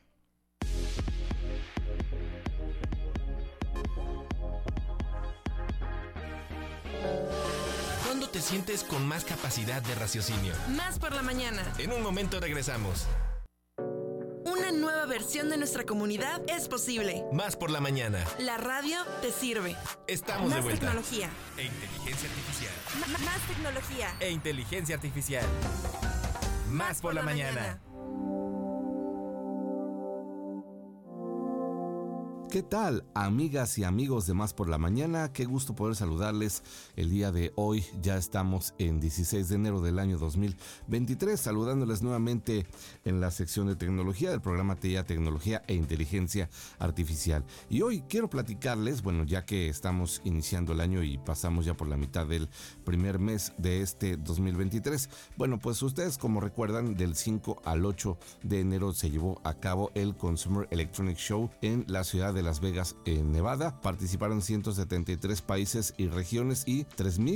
¿Cuándo te sientes con más capacidad de raciocinio? Más por la mañana. En un momento regresamos. Una nueva versión de nuestra comunidad es posible. Más por la mañana. La radio te sirve. Estamos más de vuelta. Más tecnología. E inteligencia artificial. Más tecnología. E inteligencia artificial. Más por la mañana. ¿Qué tal, amigas y amigos de Más por la Mañana? Qué gusto poder saludarles el día de hoy. Ya estamos en 16 de enero del año 2023, saludándoles nuevamente en la sección de tecnología del programa TIA, Tecnología e Inteligencia Artificial. Y hoy quiero platicarles, bueno, ya que estamos iniciando el año y pasamos ya por la mitad del primer mes de este 2023, bueno, pues ustedes como recuerdan, del 5 al 8 de enero se llevó a cabo el Consumer Electronics Show en la ciudad de Las Vegas, en Nevada. Participaron 173 países y regiones y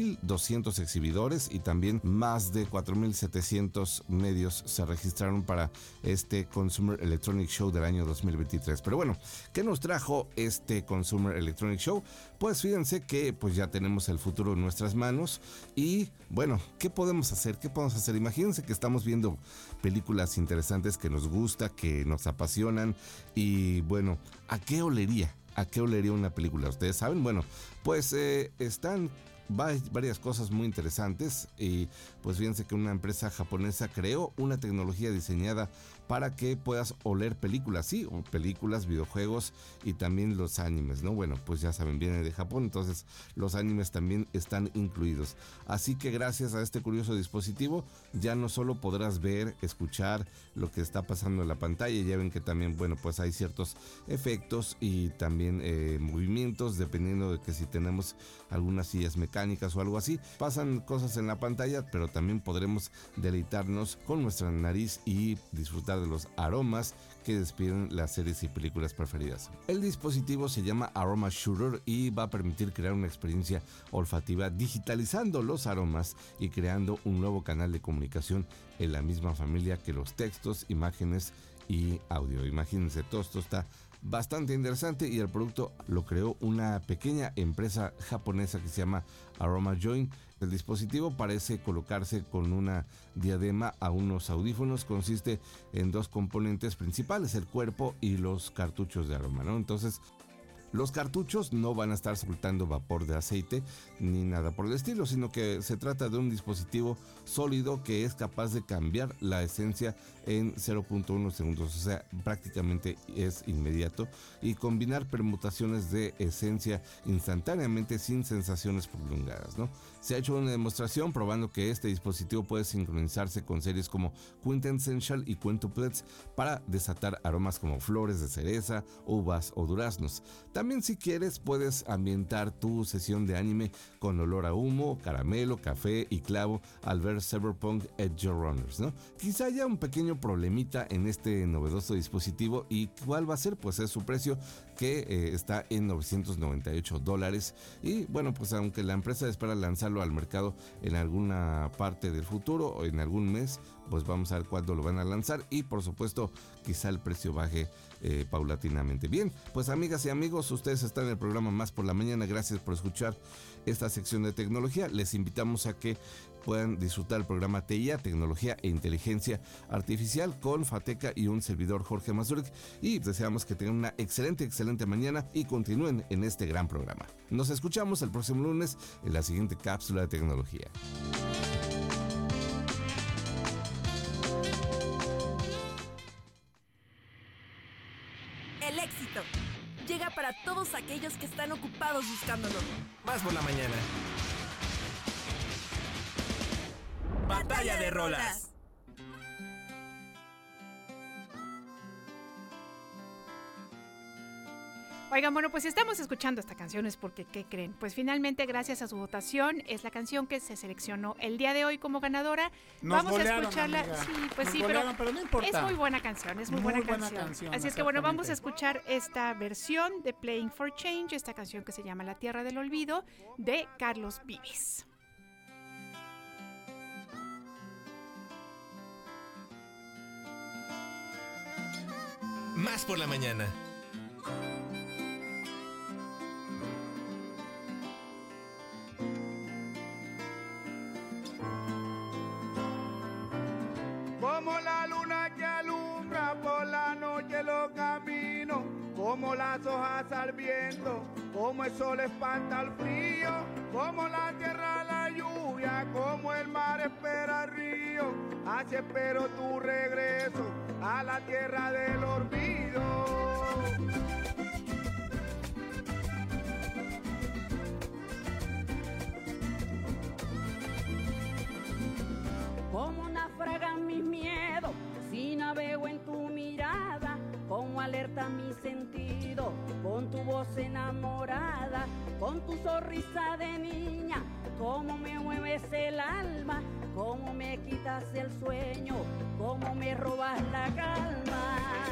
3,200 exhibidores, y también más de 4,700 medios se registraron para este Consumer Electronics Show del año 2023. Pero bueno, ¿qué nos trajo este Consumer Electronics Show? Pues fíjense que pues ya tenemos el futuro en nuestras manos y bueno, ¿qué podemos hacer? ¿Qué podemos hacer? Imagínense que estamos viendo películas interesantes que nos gusta, que nos apasionan y bueno, ¿a qué olería? ¿A qué olería una película? ¿Ustedes saben? Bueno, pues están varias cosas muy interesantes y pues fíjense que una empresa japonesa creó una tecnología diseñada para que puedas oler películas, sí, películas, videojuegos y también los animes, ¿no? Bueno, pues ya saben, viene de Japón, entonces los animes también están incluidos. Así que gracias a este curioso dispositivo ya no solo podrás ver, escuchar lo que está pasando en la pantalla, ya ven que también, bueno, pues hay ciertos efectos y también movimientos, dependiendo de que si tenemos algunas sillas mecánicas o algo así, pasan cosas en la pantalla, pero también podremos deleitarnos con nuestra nariz y disfrutar de los aromas que despiden las series y películas preferidas. El dispositivo se llama Aroma Shooter y va a permitir crear una experiencia olfativa digitalizando los aromas y creando un nuevo canal de comunicación en la misma familia que los textos, imágenes y audio. Imagínense, todo esto está bastante interesante y el producto lo creó una pequeña empresa japonesa que se llama Aroma Join. El dispositivo parece colocarse con una diadema a unos audífonos. Consiste en dos componentes principales, el cuerpo y los cartuchos de aroma, ¿no? Entonces, los cartuchos no van a estar soltando vapor de aceite ni nada por el estilo, sino que se trata de un dispositivo sólido que es capaz de cambiar la esencia en 0.1 segundos, o sea, prácticamente es inmediato, y combinar permutaciones de esencia instantáneamente sin sensaciones prolongadas, ¿no? Se ha hecho una demostración probando que este dispositivo puede sincronizarse con series como Quintessential y Quintuplets para desatar aromas como flores de cereza, uvas o duraznos. También, si quieres, puedes ambientar tu sesión de anime con olor a humo, caramelo, café y clavo al ver Cyberpunk Edge Runners, ¿no? Quizá haya un pequeño problemita en este novedoso dispositivo, y ¿cuál va a ser? Pues es su precio, que está en $998, y bueno, pues aunque la empresa espera lanzarlo al mercado en alguna parte del futuro o en algún mes, pues vamos a ver cuándo lo van a lanzar y por supuesto quizá el precio baje paulatinamente. Bien, pues amigas y amigos, ustedes están en el programa Más por la Mañana. Gracias por escuchar esta sección de tecnología. Les invitamos a que puedan disfrutar el programa TIA, Tecnología e Inteligencia Artificial, con Fateca y un servidor, Jorge Mazurek, y deseamos que tengan una excelente mañana y continúen en este gran programa. Nos escuchamos el próximo lunes en la siguiente cápsula de tecnología. El éxito llega para todos aquellos que están ocupados buscándolo. Más por la mañana. Batalla de rolas. Oigan, bueno, pues estamos escuchando esta canción es porque, ¿qué creen? Pues finalmente, gracias a su votación, es la canción que se seleccionó el día de hoy como ganadora. Vamos a escucharla. Amiga. Sí, pues sí, pero no importa. Es muy buena canción, es muy buena canción. Así es que bueno, vamos a escuchar esta versión de Playing for Change, esta canción que se llama La Tierra del Olvido, de Carlos Vives. Más por la mañana. Como la luna que alumbra por la noche los caminos, como las hojas al viento, como el sol espanta el frío, como la tierra la lluvia, como el mar espera el río, así espero tu regreso a la tierra del olvido. alerta mi sentido, con tu voz enamorada, con tu sonrisa de niña, cómo me mueves el alma, cómo me quitas el sueño, cómo me robas la calma.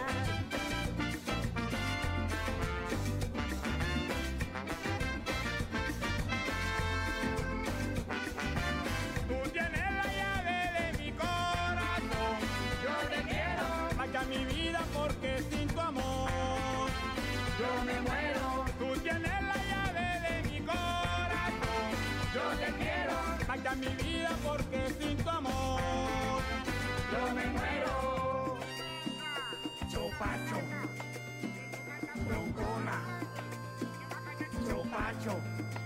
Tú tienes la llave de mi corazón, yo te quiero, marcha mi vida porque sin tu amor yo me muero. Tú tienes la llave de mi corazón, yo te quiero, marcha mi vida porque sin tu amor yo me muero. Chopacho, broncona, chopacho.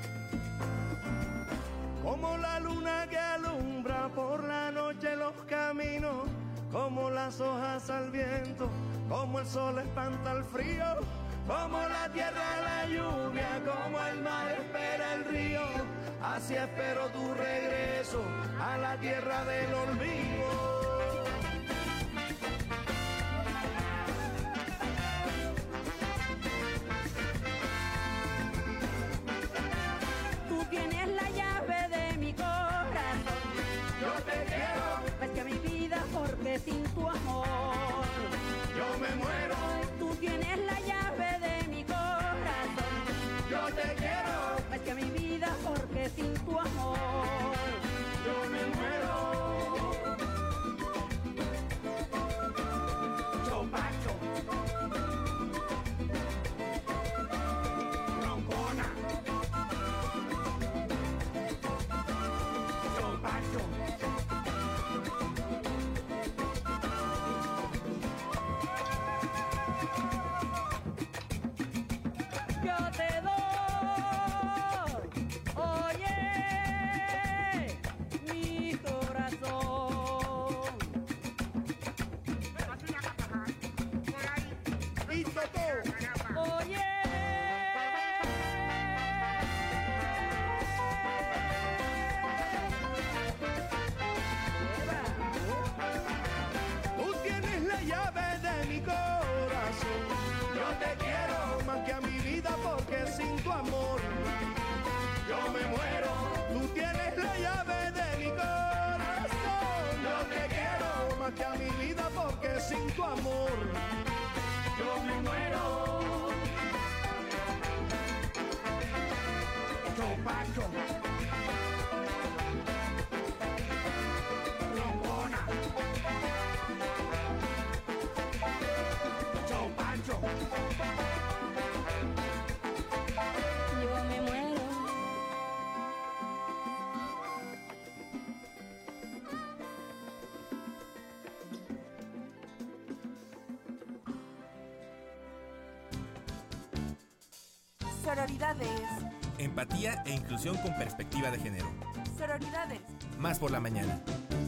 Como la luna que alumbra por la noche los caminos, como las hojas al viento, como el sol espanta el frío, como la tierra la lluvia, como el mar espera el río, así espero tu regreso a la tierra del olvido. Tú tienes la llave de mi corazón, yo te quiero, ves que mi vida porque sin tu amor yo me muero. Tú tienes la llave de mi corazón, yo te quiero, ves que mi vida porque sin tu amor yo me muero. Chopacho, broncona, chopacho. yo te doy, oye, mi corazón. Listo todo. Oye, Tú tienes la llave de mi corazón, yo te quiero más que a mi vida porque sin tu amor yo me muero. Tú tienes la llave de mi corazón, yo te quiero más que a mi vida porque sin tu amor yo me muero. Chopacho, broncona, chopacho. yo me muero. Sororidades, Empatía e inclusión con perspectiva de género. sororidades. Más por la mañana.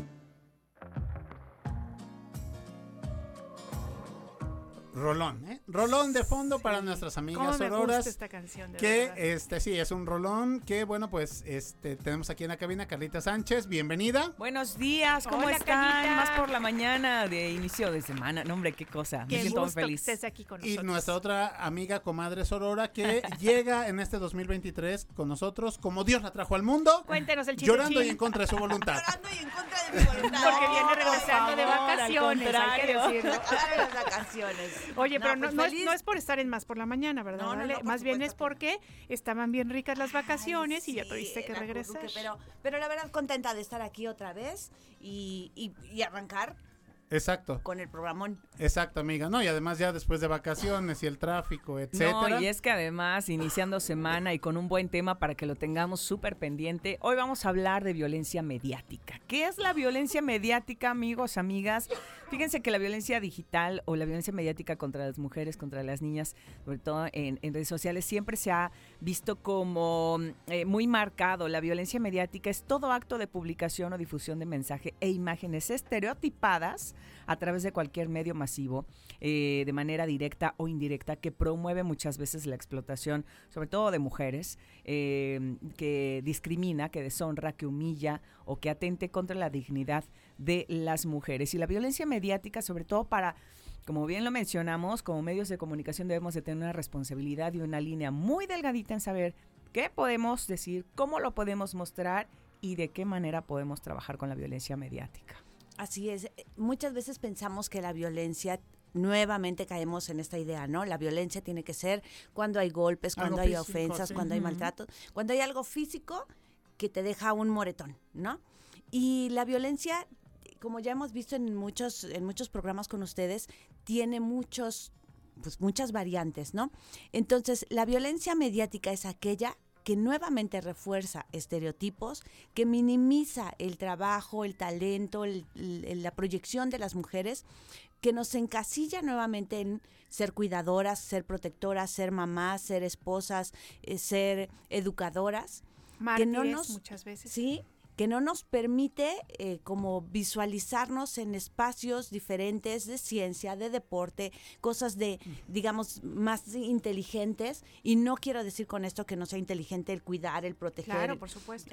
Rolón, ¿eh? Rolón de fondo para nuestras amigas ¿Cómo me sororas. gusta esta canción, de que verdad? sí, es un rolón que bueno, pues tenemos aquí en la cabina Carlita Sánchez, bienvenida. Buenos días, ¿cómo Hola, están? Carlita. Más por la mañana de inicio de semana. No, hombre, qué cosa. Qué Me siento muy gusto feliz. que estés aquí con Y nosotros. nuestra otra amiga comadre sorora que llega en este 2023 con nosotros como Dios la trajo al mundo. Cuéntenos el chisme. Llorando y en contra de su voluntad. Llorando y en contra de mi voluntad. Porque viene regresando de favor, al vacaciones, hay que contrario. decirlo. Acabaron las vacaciones. Oye, pero pues no feliz. es por estar en Más por la Mañana, ¿verdad? No, no, Vale? no, por Más bien es supuesto porque estaban bien ricas las vacaciones y ya Ay, tuviste que la regresar. curruque, pero la verdad contenta de estar aquí otra vez y arrancar Exacto. con el programón. Exacto, amiga. No, y además ya después de vacaciones y el tráfico, etcétera. No, y es que además, iniciando semana y con un buen tema para que lo tengamos súper pendiente, hoy vamos a hablar de violencia mediática. ¿Qué es la violencia mediática, amigos, amigas? Fíjense que la violencia digital o la violencia mediática contra las mujeres, contra las niñas, sobre todo en redes sociales, siempre se ha visto como muy marcado. La violencia mediática es todo acto de publicación o difusión de mensaje e imágenes estereotipadas a través de cualquier medio masivo, de manera directa o indirecta, que promueve muchas veces la explotación, sobre todo de mujeres, que discrimina, que deshonra, que humilla o que atente contra la dignidad de las mujeres. Y la violencia mediática, sobre todo para como bien lo mencionamos, como medios de comunicación debemos de tener una responsabilidad y una línea muy delgadita en saber qué podemos decir, cómo lo podemos mostrar y de qué manera podemos trabajar con la violencia mediática. Así es. Muchas veces pensamos que la violencia, nuevamente caemos en esta idea, ¿no? La violencia tiene que ser cuando hay golpes, cuando hay ofensas, sí, cuando hay maltrato, cuando hay algo físico que te deja un moretón, ¿no? Y la violencia, como ya hemos visto en muchos programas con ustedes, tiene muchas variantes, ¿no? Entonces, la violencia mediática es aquella que nuevamente refuerza estereotipos, que minimiza el trabajo, el talento, la proyección de las mujeres, que nos encasilla nuevamente en ser cuidadoras, ser protectoras, ser mamás, ser esposas, ser educadoras. Mártires, que no nos, muchas veces. Sí, que no nos permite como visualizarnos en espacios diferentes de ciencia, de deporte, cosas digamos, más inteligentes. Y no quiero decir con esto que no sea inteligente el cuidar, el proteger. Claro, por supuesto.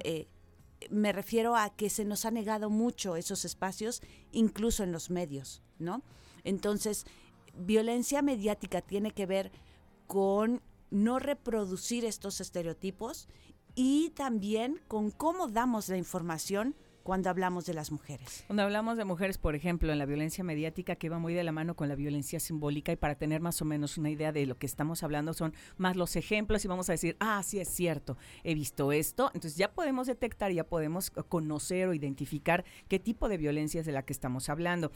Me refiero a que se nos ha negado mucho esos espacios, incluso en los medios, ¿no? Entonces, violencia mediática tiene que ver con no reproducir estos estereotipos y también con cómo damos la información cuando hablamos de las mujeres. Cuando hablamos de mujeres, por ejemplo, en la violencia mediática, que va muy de la mano con la violencia simbólica, y para tener más o menos una idea de lo que estamos hablando, son más los ejemplos y vamos a decir, sí es cierto, he visto esto, entonces ya podemos detectar, ya podemos conocer o identificar qué tipo de violencia es de la que estamos hablando.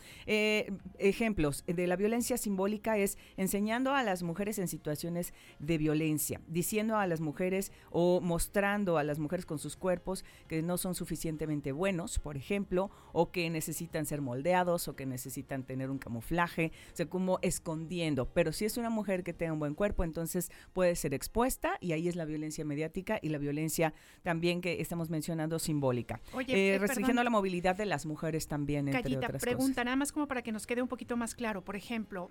Ejemplos de la violencia simbólica es enseñando a las mujeres en situaciones de violencia, diciendo a las mujeres o mostrando a las mujeres con sus cuerpos que no son suficientemente buenos, por ejemplo, o que necesitan ser moldeados o que necesitan tener un camuflaje, o sea, como escondiendo. Pero si es una mujer que tenga un buen cuerpo, entonces puede ser expuesta, y ahí es la violencia mediática y la violencia también que estamos mencionando simbólica. Oye, restringiendo la movilidad de las mujeres también, entre Callita, otras pregunta, cosas. Nada más como para que nos quede un poquito más claro. Por ejemplo,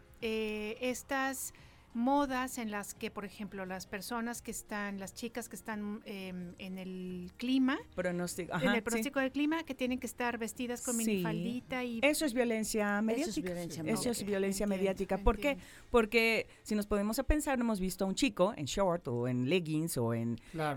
estas modas en las que, por ejemplo, las chicas que están en el clima, pronóstico, en el pronóstico del clima, que tienen que estar vestidas con minifaldita y... Eso es violencia mediática. Eso es violencia mediática. ¿Por qué? Porque si nos podemos a pensar, hemos visto a un chico en short o en leggings o en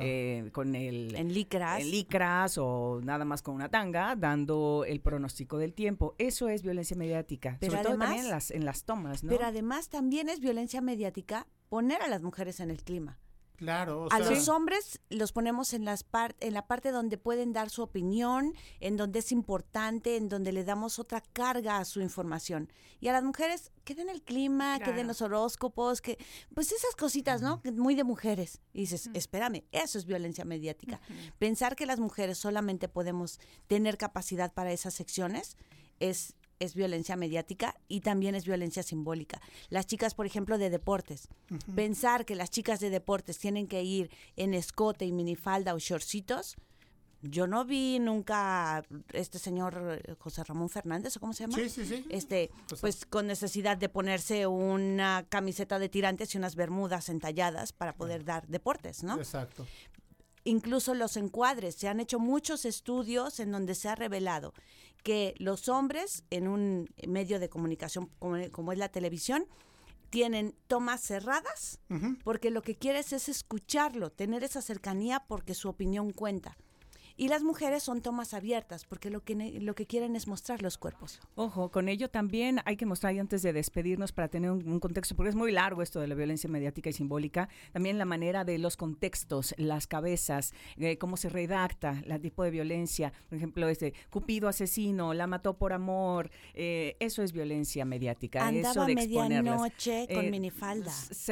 licras o nada más con una tanga dando el pronóstico del tiempo. Eso es violencia mediática. Pero sobre además, todo también en las tomas, ¿no? Pero además también es violencia mediática poner a las mujeres en el clima. Claro. A los hombres los ponemos en la parte donde pueden dar su opinión, en donde es importante, en donde le damos otra carga a su información. Y a las mujeres, que den el clima, que den los horóscopos, pues esas cositas, ¿no? Muy de mujeres. Y dices, espérame, eso es violencia mediática. Pensar que las mujeres solamente podemos tener capacidad para esas secciones es violencia mediática y también es violencia simbólica. Las chicas, por ejemplo, de deportes. Pensar que las chicas de deportes tienen que ir en escote y minifalda o shortcitos. Yo no vi nunca este señor José Ramón Fernández, ¿o cómo se llama? Sí. Pues con necesidad de ponerse una camiseta de tirantes y unas bermudas entalladas para poder dar deportes, ¿no? Exacto. Incluso los encuadres. Se han hecho muchos estudios en donde se ha revelado que los hombres en un medio de comunicación como es la televisión tienen tomas cerradas porque lo que quieres es escucharlo, tener esa cercanía porque su opinión cuenta. Y las mujeres son tomas abiertas porque lo que quieren es mostrar los cuerpos. Ojo, con ello también hay que mostrar, y antes de despedirnos para tener un contexto, porque es muy largo esto de la violencia mediática y simbólica, también la manera de los contextos, las cabezas, cómo se redacta el tipo de violencia. Por ejemplo, Cupido asesino, la mató por amor, eso es violencia mediática. Andaba eso de medianoche con minifalda.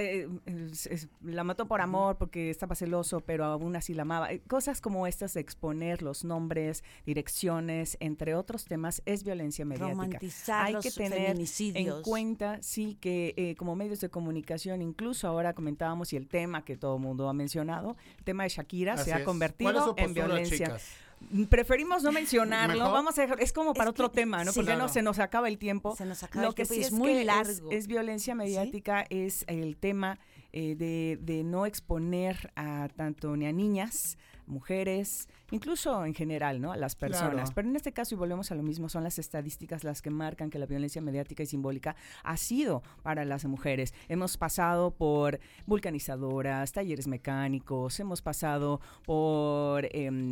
La mató por amor porque estaba celoso, pero aún así la amaba. Cosas como estas de exponer los nombres, direcciones, entre otros temas, es violencia mediática. Romantizar Hay los que tener feminicidios. en cuenta, sí, que como medios de comunicación, incluso ahora comentábamos, y el tema que todo el mundo ha mencionado, el tema de Shakira se ha convertido en violencia. Chicas? Preferimos no mencionarlo. Vamos a dejar, es como para otro tema, ¿no? Sí, porque no se nos acaba el tiempo. Se nos acaba Lo que sí es es muy que largo. es violencia mediática, es el tema de no exponer a tanto ni a niñas, mujeres, incluso en general, ¿no? A las personas. Claro. Pero en este caso, y volvemos a lo mismo, son las estadísticas las que marcan que la violencia mediática y simbólica ha sido para las mujeres. Hemos pasado por vulcanizadoras, talleres mecánicos, hemos pasado por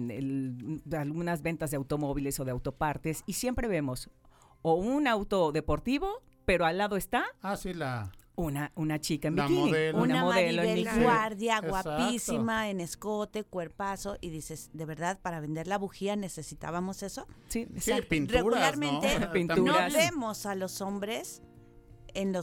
algunas ventas de automóviles o de autopartes, y siempre vemos o un auto deportivo, pero al lado está una chica en bikini, una modelo en Maribel Guardia, guapísima, en escote, cuerpazo, y dices, ¿de verdad para vender la bujía necesitábamos eso? Sí, pinturas, regularmente ¿no? No vemos a los hombres en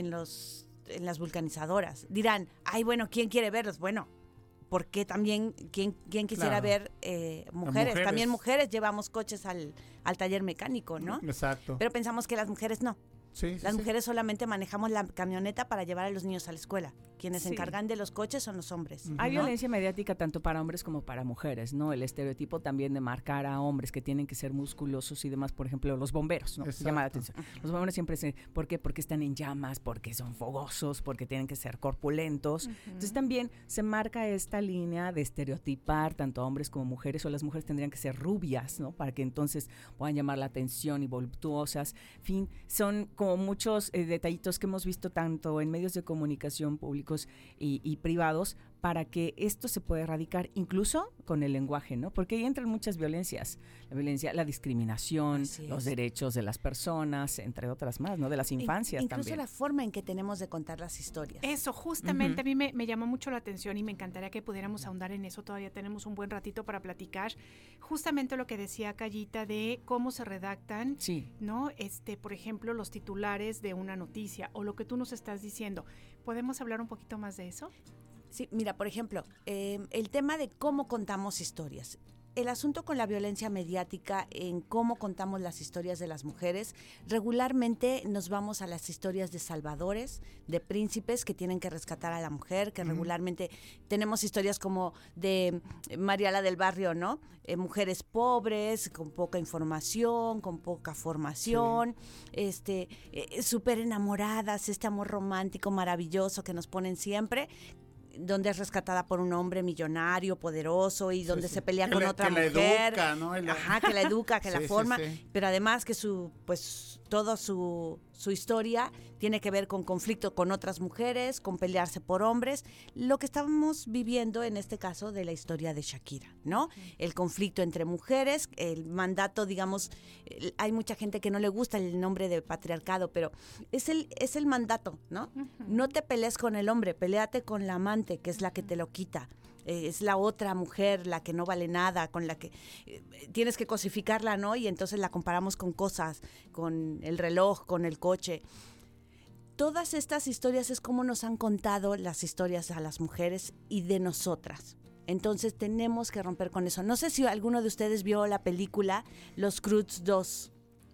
las vulcanizadoras. Dirán, ay, bueno, ¿quién quiere verlos? Bueno, porque también quién quisiera ver mujeres. También mujeres llevamos coches al taller mecánico, ¿no? Exacto. Pero pensamos que las mujeres no. Las mujeres solamente manejamos la camioneta para llevar a los niños a la escuela. Quienes se encargan de los coches son los hombres. Hay violencia mediática tanto para hombres como para mujeres, ¿no? El estereotipo también de marcar a hombres que tienen que ser musculosos y demás, por ejemplo, los bomberos, ¿no? Llama la atención. Los bomberos siempre ¿por qué? Porque están en llamas, porque son fogosos, porque tienen que ser corpulentos. Entonces también se marca esta línea de estereotipar tanto a hombres como mujeres, o las mujeres tendrían que ser rubias, ¿no? Para que entonces puedan llamar la atención y voluptuosas. En fin, son como muchos detallitos que hemos visto tanto en medios de comunicación públicos y privados, para que esto se pueda erradicar, incluso con el lenguaje, ¿no? Porque ahí entran muchas violencias. La violencia, la discriminación, los derechos de las personas, entre otras más, ¿no? De las infancias incluso también. La forma en que tenemos de contar las historias. Eso, justamente a mí me llamó mucho la atención, y me encantaría que pudiéramos ahondar en eso. Todavía tenemos un buen ratito para platicar. Justamente lo que decía Cayita de cómo se redactan, ¿no? Por ejemplo, los titulares de una noticia, o lo que tú nos estás diciendo. ¿Podemos hablar un poquito más de eso? Sí, mira, por ejemplo, el tema de cómo contamos historias. El asunto con la violencia mediática en cómo contamos las historias de las mujeres, regularmente nos vamos a las historias de salvadores, de príncipes que tienen que rescatar a la mujer, que regularmente tenemos historias como de Mariala del Barrio, ¿no? Mujeres pobres, con poca información, con poca formación, súper enamoradas, este amor romántico maravilloso que nos ponen siempre, donde es rescatada por un hombre millonario, poderoso, y donde se pelea con otra mujer. Que la educa, ¿no? Que la educa, que la forma, pero además que toda su historia tiene que ver con conflicto con otras mujeres, con pelearse por hombres, lo que estamos viviendo en este caso de la historia de Shakira, ¿no? El conflicto entre mujeres, el mandato, digamos, hay mucha gente que no le gusta el nombre de patriarcado, pero es el mandato, ¿no? No te pelees con el hombre, peléate con la amante, que es la que te lo quita. Es la otra mujer, la que no vale nada, con la que tienes que cosificarla, ¿no? Y entonces la comparamos con cosas, con el reloj, con el coche. Todas estas historias es como nos han contado las historias a las mujeres y de nosotras. Entonces tenemos que romper con eso. No sé si alguno de ustedes vio la película Los Croods 2.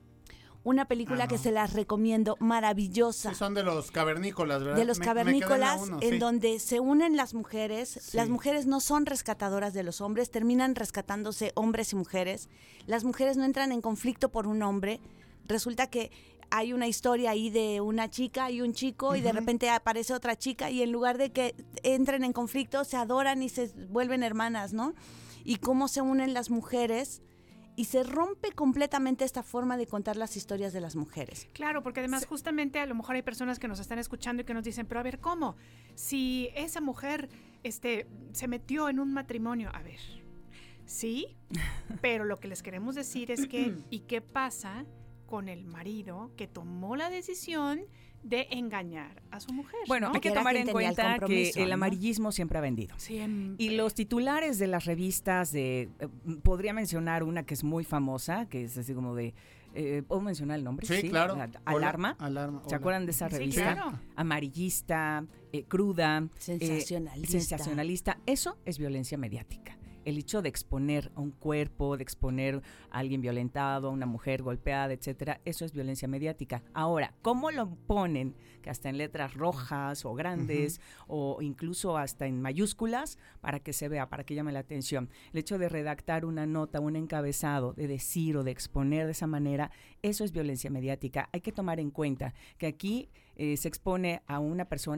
Una película que se las recomiendo, maravillosa. Sí, son de los cavernícolas, ¿verdad? De los cavernícolas, donde se unen las mujeres. Sí. Las mujeres no son rescatadoras de los hombres, terminan rescatándose hombres y mujeres. Las mujeres no entran en conflicto por un hombre. Resulta que hay una historia ahí de una chica y un chico, y de repente aparece otra chica, y en lugar de que entren en conflicto, se adoran y se vuelven hermanas, ¿no? Y cómo se unen las mujeres. Y se rompe completamente esta forma de contar las historias de las mujeres. Claro, porque además justamente a lo mejor hay personas que nos están escuchando y que nos dicen, pero a ver, ¿cómo? Si esa mujer se metió en un matrimonio, a ver, sí, pero lo que les queremos decir es que, ¿y qué pasa con el marido que tomó la decisión de engañar a su mujer? Bueno, ¿no? hay que tomar en cuenta que el amarillismo siempre ha vendido. Siempre. Y los titulares de las revistas podría mencionar una que es muy famosa, que es así como de... ¿puedo mencionar el nombre? Sí, claro. Alarma. Alarma. ¿Se acuerdan de esa revista? Sí, claro. Amarillista, cruda. Sensacionalista. Eso es violencia mediática. El hecho de exponer a un cuerpo, de exponer a alguien violentado, a una mujer golpeada, etcétera, eso es violencia mediática. Ahora, ¿cómo lo ponen? Que hasta en letras rojas o grandes, o incluso hasta en mayúsculas, para que se vea, para que llame la atención. El hecho de redactar una nota, un encabezado, de decir o de exponer de esa manera, eso es violencia mediática. Hay que tomar en cuenta que aquí se expone a una persona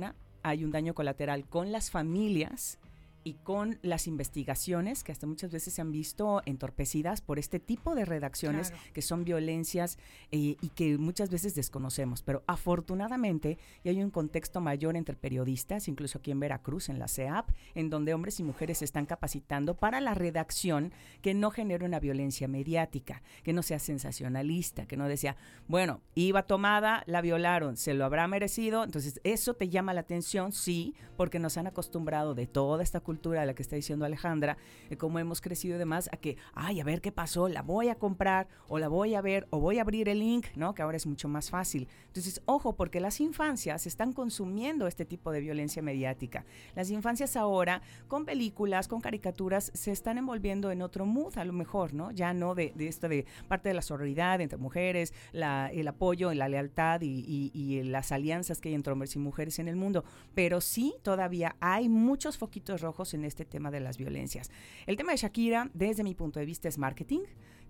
hay un daño colateral con las familias y con las investigaciones que hasta muchas veces se han visto entorpecidas por este tipo de redacciones que son violencias y que muchas veces desconocemos. Pero afortunadamente y hay un contexto mayor entre periodistas, incluso aquí en Veracruz, en la CEAP, en donde hombres y mujeres se están capacitando para la redacción que no genere una violencia mediática, que no sea sensacionalista, que no decía, bueno, iba tomada, la violaron, se lo habrá merecido. Entonces, eso te llama la atención, sí, porque nos han acostumbrado de toda esta cultura de la que está diciendo Alejandra, cómo hemos crecido y demás, a que, ay, a ver qué pasó, la voy a comprar, o la voy a ver, o voy a abrir el link, ¿no? Que ahora es mucho más fácil. Entonces, ojo, porque las infancias están consumiendo este tipo de violencia mediática. Las infancias ahora, con películas, con caricaturas, se están envolviendo en otro mood, a lo mejor, ¿no? Ya no de esto de parte de la sororidad entre mujeres, el apoyo, la lealtad y las alianzas que hay entre hombres y mujeres en el mundo. Pero sí, todavía hay muchos foquitos rojos en este tema de las violencias. El tema de Shakira, desde mi punto de vista, es marketing.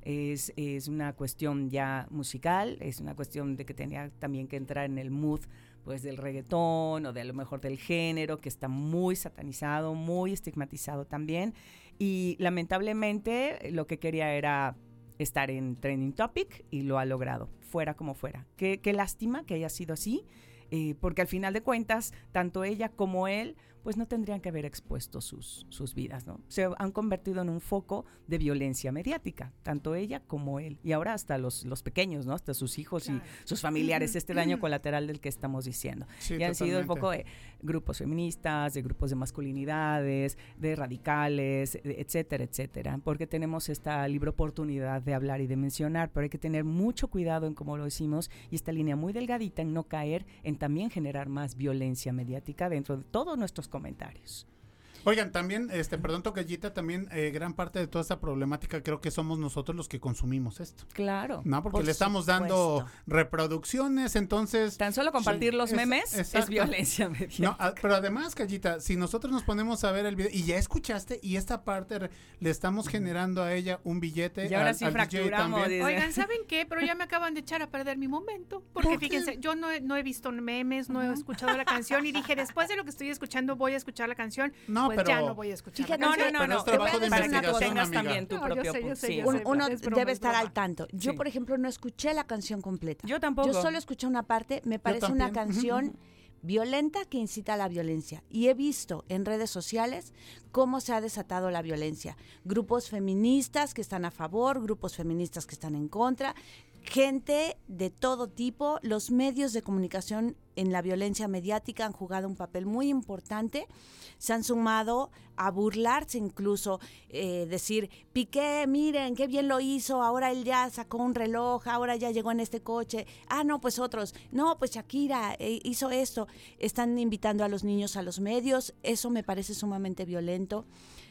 Es una cuestión ya musical, es una cuestión de que tenía también que entrar en el mood pues del reggaetón o de a lo mejor del género, que está muy satanizado, muy estigmatizado también, y lamentablemente lo que quería era estar en trending topic y lo ha logrado, fuera como fuera. Qué lástima que haya sido así, porque al final de cuentas, tanto ella como él pues no tendrían que haber expuesto sus vidas, ¿no? Se han convertido en un foco de violencia mediática, tanto ella como él. Y ahora hasta los pequeños, ¿no? Hasta sus hijos y sus familiares, este daño colateral del que estamos diciendo. Sí, y han sido el foco de grupos feministas, de grupos de masculinidades, de radicales, etcétera, etcétera. Porque tenemos esta libre oportunidad de hablar y de mencionar, pero hay que tener mucho cuidado en cómo lo decimos y esta línea muy delgadita en no caer en también generar más violencia mediática dentro de todos nuestros comentarios. Oigan, también, perdón, Tocayita, también gran parte de toda esta problemática creo que somos nosotros los que consumimos esto. Claro. No, porque le estamos dando reproducciones, entonces... Tan solo compartir los memes es violencia mediática. No, pero además, Cayita, si nosotros nos ponemos a ver el video y ya escuchaste y esta parte le estamos generando a ella un billete. Y ahora sí fracturamos. Oigan, ¿saben qué? Pero ya me acaban de echar a perder mi momento. Porque fíjense, yo no he visto memes, no he escuchado la canción y dije, después de lo que estoy escuchando voy a eschar la canción. No, pues ya no voy a escuchar. Fíjate, no. Te voy a decir una cosa, tengas también tu propio uno debe estar al tanto. Yo, por ejemplo, no escuché la canción completa. Yo tampoco. Yo solo escuché una parte. Me parece una canción violenta que incita a la violencia. Y he visto en redes sociales cómo se ha desatado la violencia. Grupos feministas que están a favor, grupos feministas que están en contra, gente de todo tipo. Los medios de comunicación en la violencia mediática han jugado un papel muy importante. Se han sumado a burlarse incluso, decir, Piqué, miren, qué bien lo hizo, ahora él ya sacó un reloj, ahora ya llegó en este coche, no, pues otros, no, pues Shakira hizo esto. Están invitando a los niños a los medios, eso me parece sumamente violento.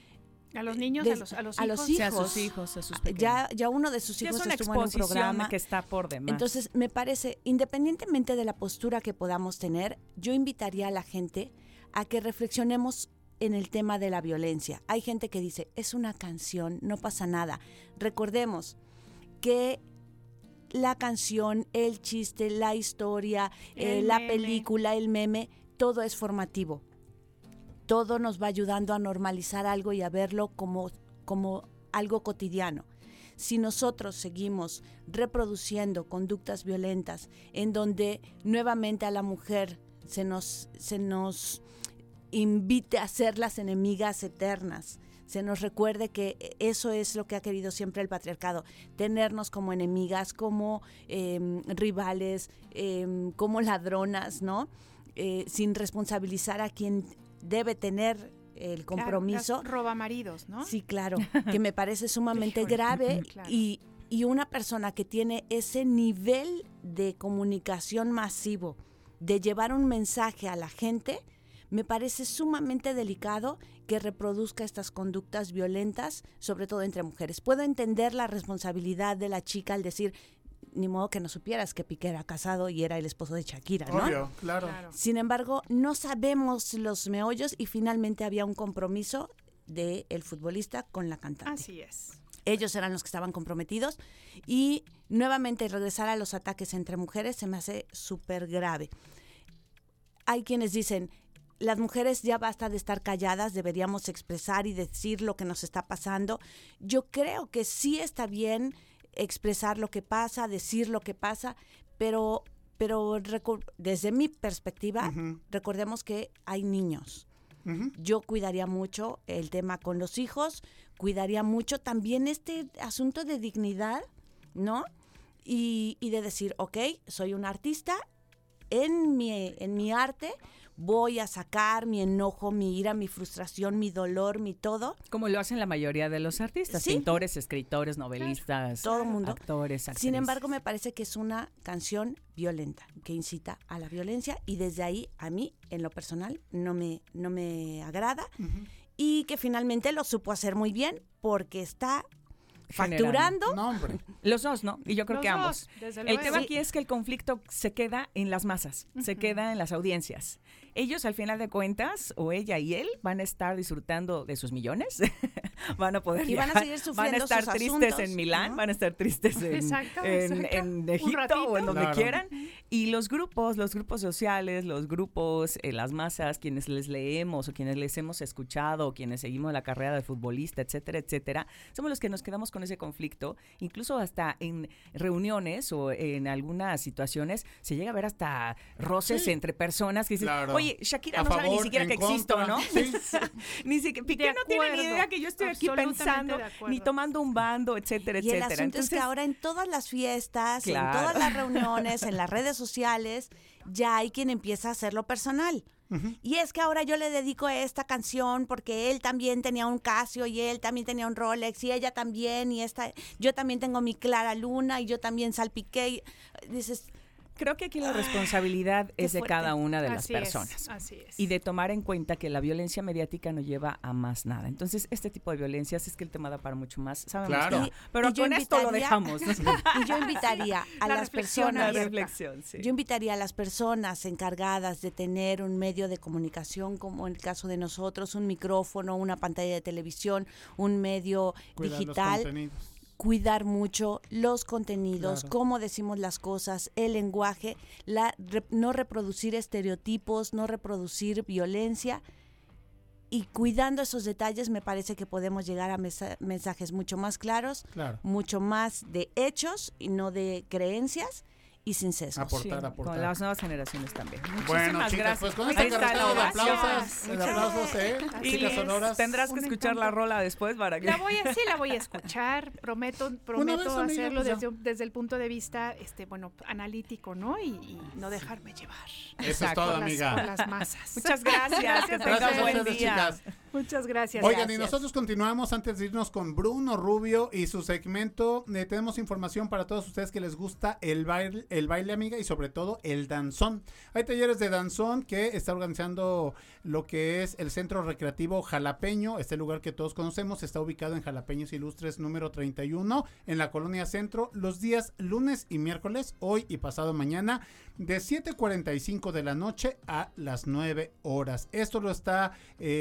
A los niños, a los hijos. Sí, a sus hijos, a sus pequeños. Ya uno de sus hijos estuvo en un programa que está por demás. Entonces, me parece, independientemente de la postura que podamos tener, yo invitaría a la gente a que reflexionemos en el tema de la violencia. Hay gente que dice, es una canción, no pasa nada. Recordemos que la canción, el chiste, la historia, la película, el meme, todo es formativo. Todo nos va ayudando a normalizar algo y a verlo como algo cotidiano. Si nosotros seguimos reproduciendo conductas violentas en donde nuevamente a la mujer se nos invite a ser las enemigas eternas, se nos recuerde que eso es lo que ha querido siempre el patriarcado, tenernos como enemigas, como rivales, como ladronas, ¿no? Sin responsabilizar a quien debe tener el compromiso. Claro, roba maridos, ¿no? Sí, claro, que me parece sumamente grave. Claro. Y una persona que tiene ese nivel de comunicación masivo, de llevar un mensaje a la gente, me parece sumamente delicado que reproduzca estas conductas violentas, sobre todo entre mujeres. Puedo entender la responsabilidad de la chica al decir, ni modo que no supieras que Piqué era casado y era el esposo de Shakira, ¿no? Obvio, claro. Sin embargo, no sabemos los meollos y finalmente había un compromiso del futbolista con la cantante. Así es. Ellos eran los que estaban comprometidos y nuevamente regresar a los ataques entre mujeres se me hace súper grave. Hay quienes dicen, las mujeres ya basta de estar calladas, deberíamos expresar y decir lo que nos está pasando. Yo creo que sí está bien expresar lo que pasa, decir lo que pasa, pero desde mi perspectiva, recordemos que hay niños. Yo cuidaría mucho el tema con los hijos, cuidaría mucho también este asunto de dignidad, ¿no? Y de decir, ok, soy un artista, en mi arte voy a sacar mi enojo, mi ira, mi frustración, mi dolor, mi todo. Como lo hacen la mayoría de los artistas, sí. Pintores, escritores, novelistas, todo el mundo. Actores, actrices. Sin embargo, me parece que es una canción violenta, que incita a la violencia, y desde ahí, a mí, en lo personal, no me agrada, y que finalmente lo supo hacer muy bien, porque está facturando. No, hombre. Los dos, ¿no? Y yo creo Los que ambos. dos, desde El luego. tema aquí es que el conflicto se queda en las masas, se queda en las audiencias. Ellos, al final de cuentas, o ella y él, van a estar disfrutando de sus millones, van a poder y van a seguir sufriendo, van a estar sus tristes asuntos, en Milán, ¿no? van a estar tristes en Egipto o en donde quieran. Y los grupos sociales, los grupos, las masas, quienes les leemos o quienes les hemos escuchado o quienes seguimos la carrera de futbolista, etcétera, etcétera, somos los que nos quedamos con ese conflicto. Incluso hasta en reuniones o en algunas situaciones se llega a ver hasta roces entre personas que dicen, oye, Shakira no sabe ni siquiera que existo, ¿no? Sí. Ni siquiera, Piqué no tiene ni idea que yo estoy aquí pensando, ni tomando un bando, etcétera, y etcétera. El asunto es que ahora en todas las fiestas, en todas las reuniones, en las redes sociales, ya hay quien empieza a hacerlo personal. Y es que ahora yo le dedico esta canción porque él también tenía un Casio y él también tenía un Rolex y ella también, y yo también tengo mi Clara Luna y yo también salpiqué. Dices, creo que aquí la responsabilidad es de cada una de las personas. Así es. Y de tomar en cuenta que la violencia mediática no lleva a más nada. Entonces, este tipo de violencias es que el tema da para mucho más. Sabemos claro. Pero con esto lo dejamos. Y yo invitaría a las personas. Sí. Yo invitaría a las personas encargadas de tener un medio de comunicación, como en el caso de nosotros, un micrófono, una pantalla de televisión, un medio digital. Cuidar mucho los contenidos, cómo decimos las cosas, el lenguaje, no reproducir estereotipos, no reproducir violencia, y cuidando esos detalles me parece que podemos llegar a mensajes mucho más claros, mucho más de hechos y no de creencias, y sin sesgos. Aportar. Con las nuevas generaciones también. Bueno, chicas, gracias. pues con esta carrera de aplausos, chicas sonoras. Tendrás que escuchar la rola después para que... La voy a escuchar, prometo hacerlo desde el punto de vista, analítico, ¿no? Y no dejarme llevar. Eso es todo, amiga. Por las masas. Muchas gracias, que tengas buen día. Chicas. Muchas gracias. Oigan, y nosotros continuamos antes de irnos con Bruno Rubio y su segmento. Tenemos información para todos ustedes que les gusta el baile, amiga, y sobre todo el danzón. Hay talleres de danzón que está organizando lo que es el Centro Recreativo Jalapeño. Este lugar que todos conocemos está ubicado en Jalapeños Ilustres número 31 en la Colonia Centro, los días lunes y miércoles, hoy y pasado mañana, de 7:45 de la noche a las 9 horas. Esto lo está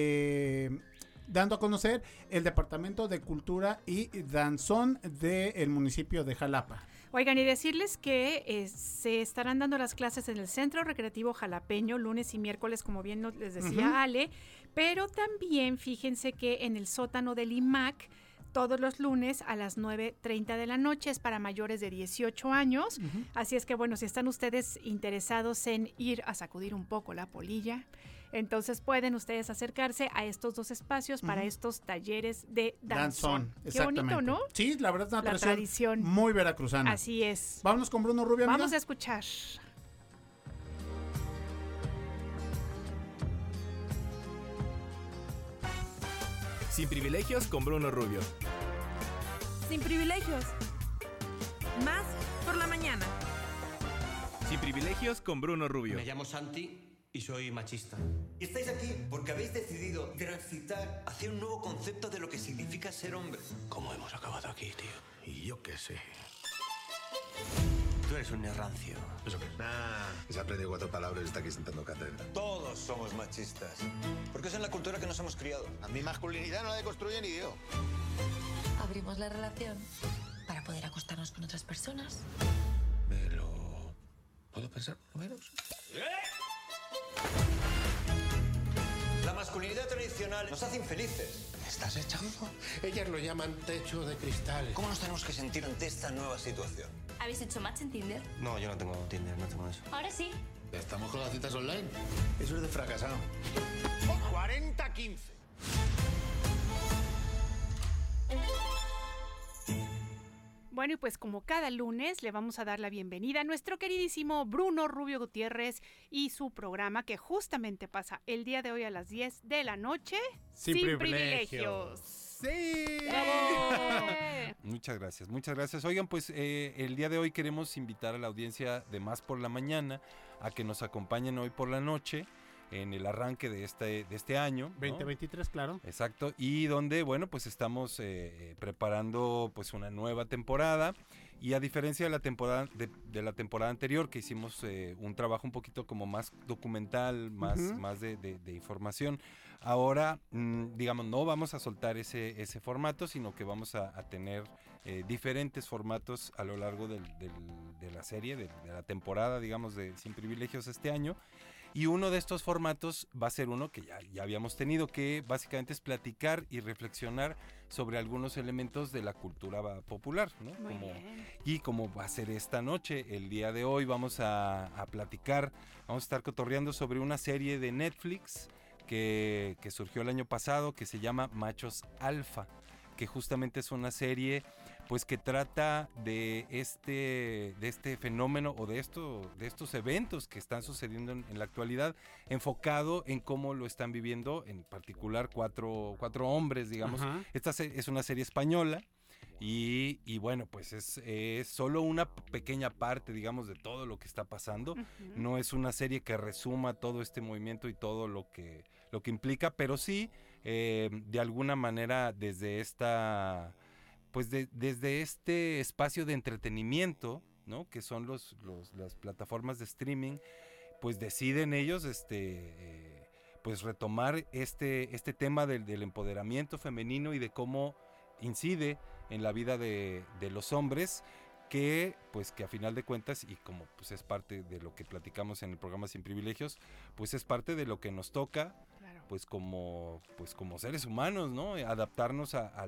dando a conocer el Departamento de Cultura y Danzón del municipio de Jalapa. Oigan, y decirles que se estarán dando las clases en el Centro Recreativo Jalapeño lunes y miércoles, como bien les decía Ale, pero también fíjense que en el sótano del IMAC, todos los lunes a las 9:30 de la noche, es para mayores de 18 años. Así es que, bueno, si están ustedes interesados en ir a sacudir un poco la polilla, entonces pueden ustedes acercarse a estos dos espacios para estos talleres de danzón. Qué bonito, ¿no? Sí, la verdad es una tradición muy veracruzana. Así es. Vámonos con Bruno Rubio, amiga. Vamos a escuchar. Sin privilegios con Bruno Rubio. Sin privilegios. Más por la mañana. Sin privilegios con Bruno Rubio. Me llamo Santi y soy machista. Y estáis aquí porque habéis decidido transitar hacia un nuevo concepto de lo que significa ser hombre. ¿Cómo hemos acabado aquí, tío? Y yo qué sé. Tú eres un rancio. ¿Eso qué? Se ha aprendido 4 palabras y está aquí sentando cátedra. Todos somos machistas. Porque es en la cultura que nos hemos criado. A mi masculinidad no la deconstruye ni yo. Abrimos la relación para poder acostarnos con otras personas. Me lo... ¿puedo pensar por lo menos? tradicionales nos hace infelices. ¿Me estás echando? Ellas lo llaman techo de cristal. ¿Cómo nos tenemos que sentir ante esta nueva situación? ¿Habéis hecho match en Tinder? No, yo no tengo Tinder, no tengo eso. Ahora sí. ¿Estamos con las citas online? Eso es de fracasado. 40-15. Bueno, y pues como cada lunes le vamos a dar la bienvenida a nuestro queridísimo Bruno Rubio Gutiérrez y su programa que justamente pasa el día de hoy a las 10 de la noche. Sin privilegios. ¡Sí! ¡Bravo! Muchas gracias. Oigan, pues el día de hoy queremos invitar a la audiencia de Más por la Mañana a que nos acompañen hoy por la noche en el arranque de este año, ¿no? 2023, claro. Exacto, y donde, bueno, pues estamos preparando pues una nueva temporada, y a diferencia de la temporada anterior, que hicimos un trabajo un poquito como más documental, más de información, ahora, digamos, no vamos a soltar ese formato, sino que vamos a tener diferentes formatos a lo largo de la serie, de la temporada, digamos, de Sin Privilegios este año. Y uno de estos formatos va a ser uno que ya habíamos tenido, que básicamente es platicar y reflexionar sobre algunos elementos de la cultura popular, ¿no? Y como va a ser esta noche, el día de hoy vamos a platicar, vamos a estar cotorreando sobre una serie de Netflix que surgió el año pasado, que se llama Machos Alfa, que justamente es una serie pues que trata de este fenómeno o de estos eventos que están sucediendo en la actualidad, enfocado en cómo lo están viviendo, en particular cuatro hombres, digamos. Esta es una serie española y bueno, pues es solo una pequeña parte, digamos, de todo lo que está pasando. No es una serie que resuma todo este movimiento y todo lo que implica, pero sí, de alguna manera, desde desde este espacio de entretenimiento, ¿no? Que son las plataformas de streaming, pues deciden ellos pues retomar este tema del empoderamiento femenino y de cómo incide en la vida de los hombres, que a final de cuentas, y como pues es parte de lo que platicamos en el programa Sin Privilegios, pues es parte de lo que nos toca, claro, pues como seres humanos, ¿no? Adaptarnos a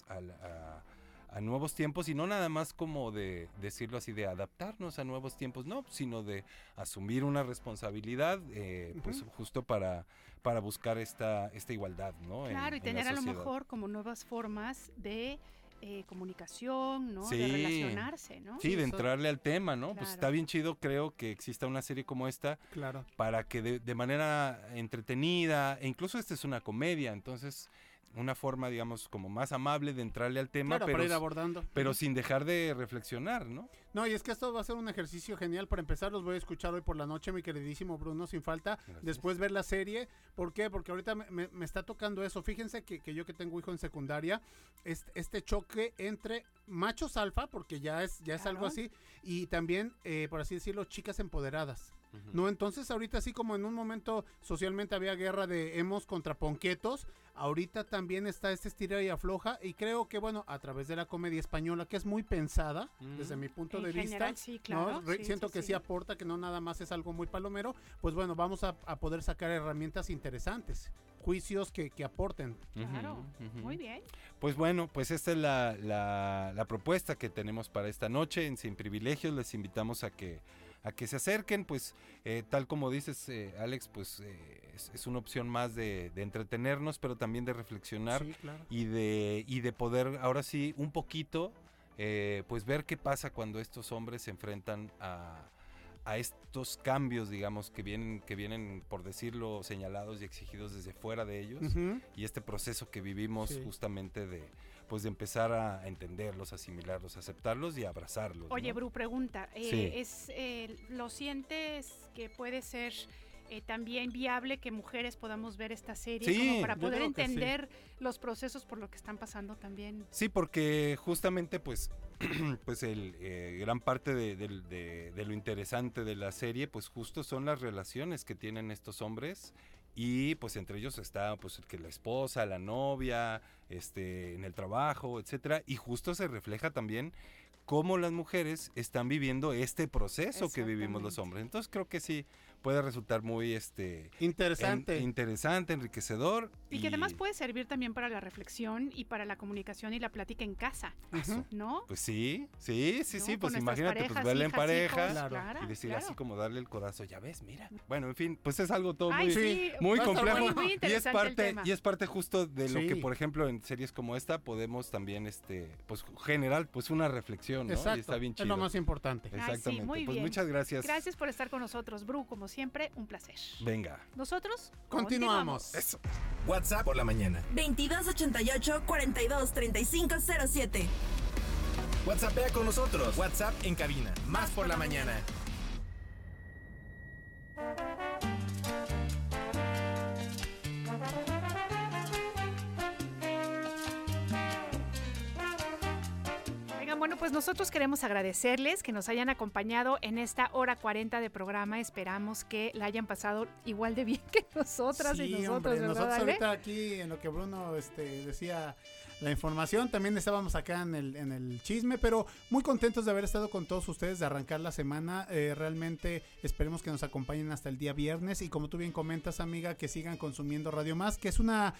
nuevos tiempos, y no nada más como de decirlo así, de adaptarnos a nuevos tiempos, no, sino de asumir una responsabilidad, pues justo para buscar esta igualdad, ¿no? Claro, y tener a lo mejor como nuevas formas de comunicación, ¿no? Sí, de relacionarse, ¿no? Sí, de entrarle al tema, ¿no? Claro. Pues está bien chido, creo, que exista una serie como esta, claro, para que de manera entretenida, e incluso esta es una comedia, entonces una forma, digamos, como más amable de entrarle al tema, claro, para ir abordando, pero sin dejar de reflexionar, ¿no? No, y es que esto va a ser un ejercicio genial. Para empezar, los voy a escuchar hoy por la noche, mi queridísimo Bruno, sin falta. Gracias. Después ver la serie. ¿Por qué? Porque ahorita me está tocando eso. Fíjense que yo que tengo hijo en secundaria, este choque entre machos alfa, porque ya es claro, algo así, y también, por así decirlo, chicas empoderadas. No, entonces ahorita así como en un momento socialmente había guerra de emos contra ponquetos, ahorita también está este estira y afloja, y creo que bueno, a través de la comedia española, que es muy pensada, desde mi punto de vista, sí, claro, ¿no? Siento que sí aporta, que no nada más es algo muy palomero, pues bueno, vamos a poder sacar herramientas interesantes, juicios que aporten. Claro, muy bien. Pues bueno, pues esta es la propuesta que tenemos para esta noche en Sin Privilegios. Les invitamos a que se acerquen, pues tal como dices, Alex, pues es una opción más de entretenernos, pero también de reflexionar, sí, claro, y de poder ahora sí un poquito pues ver qué pasa cuando estos hombres se enfrentan a estos cambios, digamos, que vienen, por decirlo, señalados y exigidos desde fuera de ellos, y este proceso que vivimos, justamente de empezar a entenderlos, asimilarlos, aceptarlos y abrazarlos. Oye, ¿no? Bru, pregunta, sí, ¿lo sientes que puede ser también viable que mujeres podamos ver esta serie, sí, como para poder entender los procesos por lo que están pasando también? Sí, porque justamente pues gran parte de lo interesante de la serie, pues justo son las relaciones que tienen estos hombres, y pues entre ellos está pues que la esposa, la novia, en el trabajo, etcétera, y justo se refleja también cómo las mujeres están viviendo este proceso que vivimos los hombres. Entonces creo que sí puede resultar muy interesante, enriquecedor. Y que además puede servir también para la reflexión y para la comunicación y la plática en casa, ¿no? Pues sí, ¿no? Con Pues imagínate, parejas, pues verla en hijas, pareja hijos, y decir claro. así como darle el codazo, ya ves, mira. Bueno, en fin, pues es algo todo Ay, muy sí, complejo muy y es parte justo de lo Sí. que, por ejemplo, en series como esta podemos también pues generar pues una reflexión, ¿no? Exacto, Y está bien chido. es lo más importante. Exactamente. Ay, sí, muy pues bien. muchas gracias. Gracias por estar con nosotros, Bru, como siempre, un placer. Venga. Nosotros continuamos. Eso. WhatsApp por la mañana. 2288-423507. WhatsAppea con nosotros. WhatsApp en cabina. Más por la mañana. Bueno, pues nosotros queremos agradecerles que nos hayan acompañado en esta hora 40 de programa. Esperamos que la hayan pasado igual de bien que nosotras y nosotros, hombre, ¿verdad, nosotros Ale? ahorita aquí en lo que Bruno decía la información, también estábamos acá en el chisme, pero muy contentos de haber estado con todos ustedes, de arrancar la semana. Realmente esperemos que nos acompañen hasta el día viernes y como tú bien comentas, amiga, que sigan consumiendo Radio Más, que es una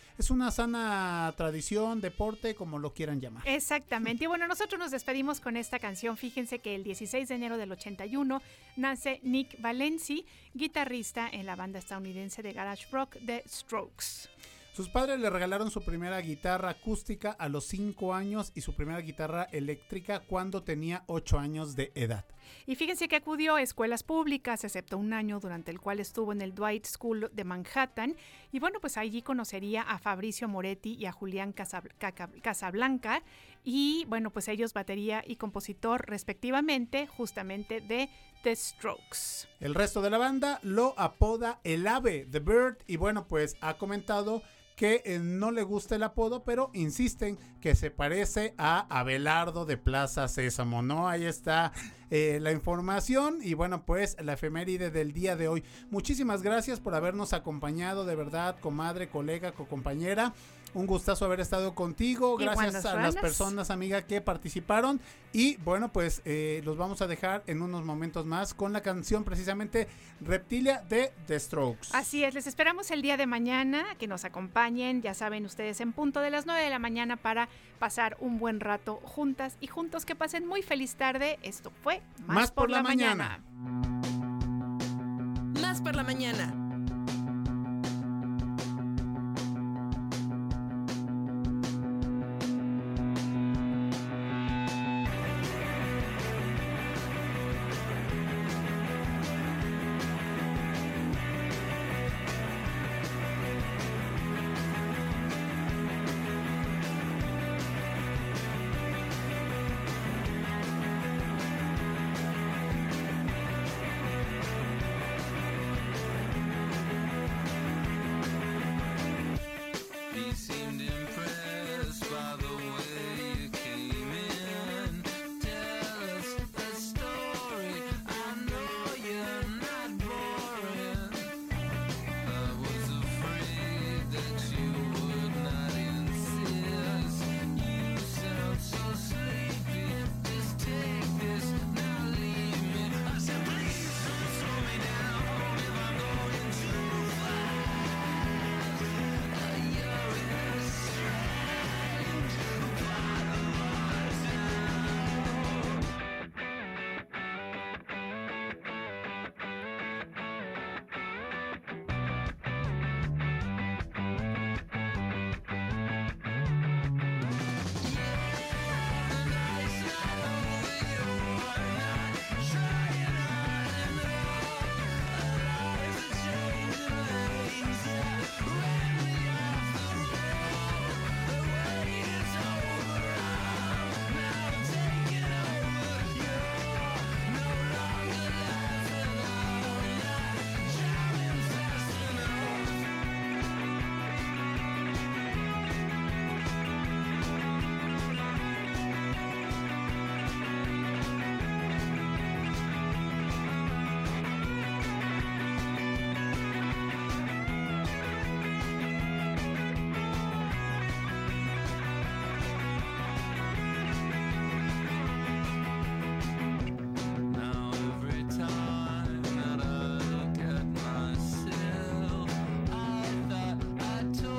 sana tradición, deporte, como lo quieran llamar. Exactamente. Y bueno, nosotros nos despedimos con esta canción. Fíjense que el 16 de enero del 81 nace Nick Valenci, guitarrista en la banda estadounidense de garage rock The Strokes. Sus padres le regalaron su primera guitarra acústica a los 5 años y su primera guitarra eléctrica cuando tenía 8 años de edad. Y fíjense que acudió a escuelas públicas, excepto un año durante el cual estuvo en el Dwight School de Manhattan. Y bueno, pues allí conocería a Fabricio Moretti y a Julián Casablanca. Y bueno, pues ellos batería y compositor respectivamente, justamente de The Strokes. El resto de la banda lo apoda el Ave, The Bird, y bueno, pues ha comentado que no le gusta el apodo, pero insisten que se parece a Abelardo de Plaza Sésamo, ¿no? Ahí está la información y bueno, pues la efeméride del día de hoy. Muchísimas gracias por habernos acompañado, de verdad, comadre, colega, cocompañera. Un gustazo haber estado contigo. Gracias a las personas, amiga, que participaron. Y bueno, pues los vamos a dejar en unos momentos más con la canción precisamente Reptilia de The Strokes. Así es, les esperamos el día de mañana, que nos acompañen, ya saben ustedes, en punto de las 9 de la mañana para pasar un buen rato juntas y juntos. Que pasen muy feliz tarde. Esto fue Más por la mañana. Más por la mañana.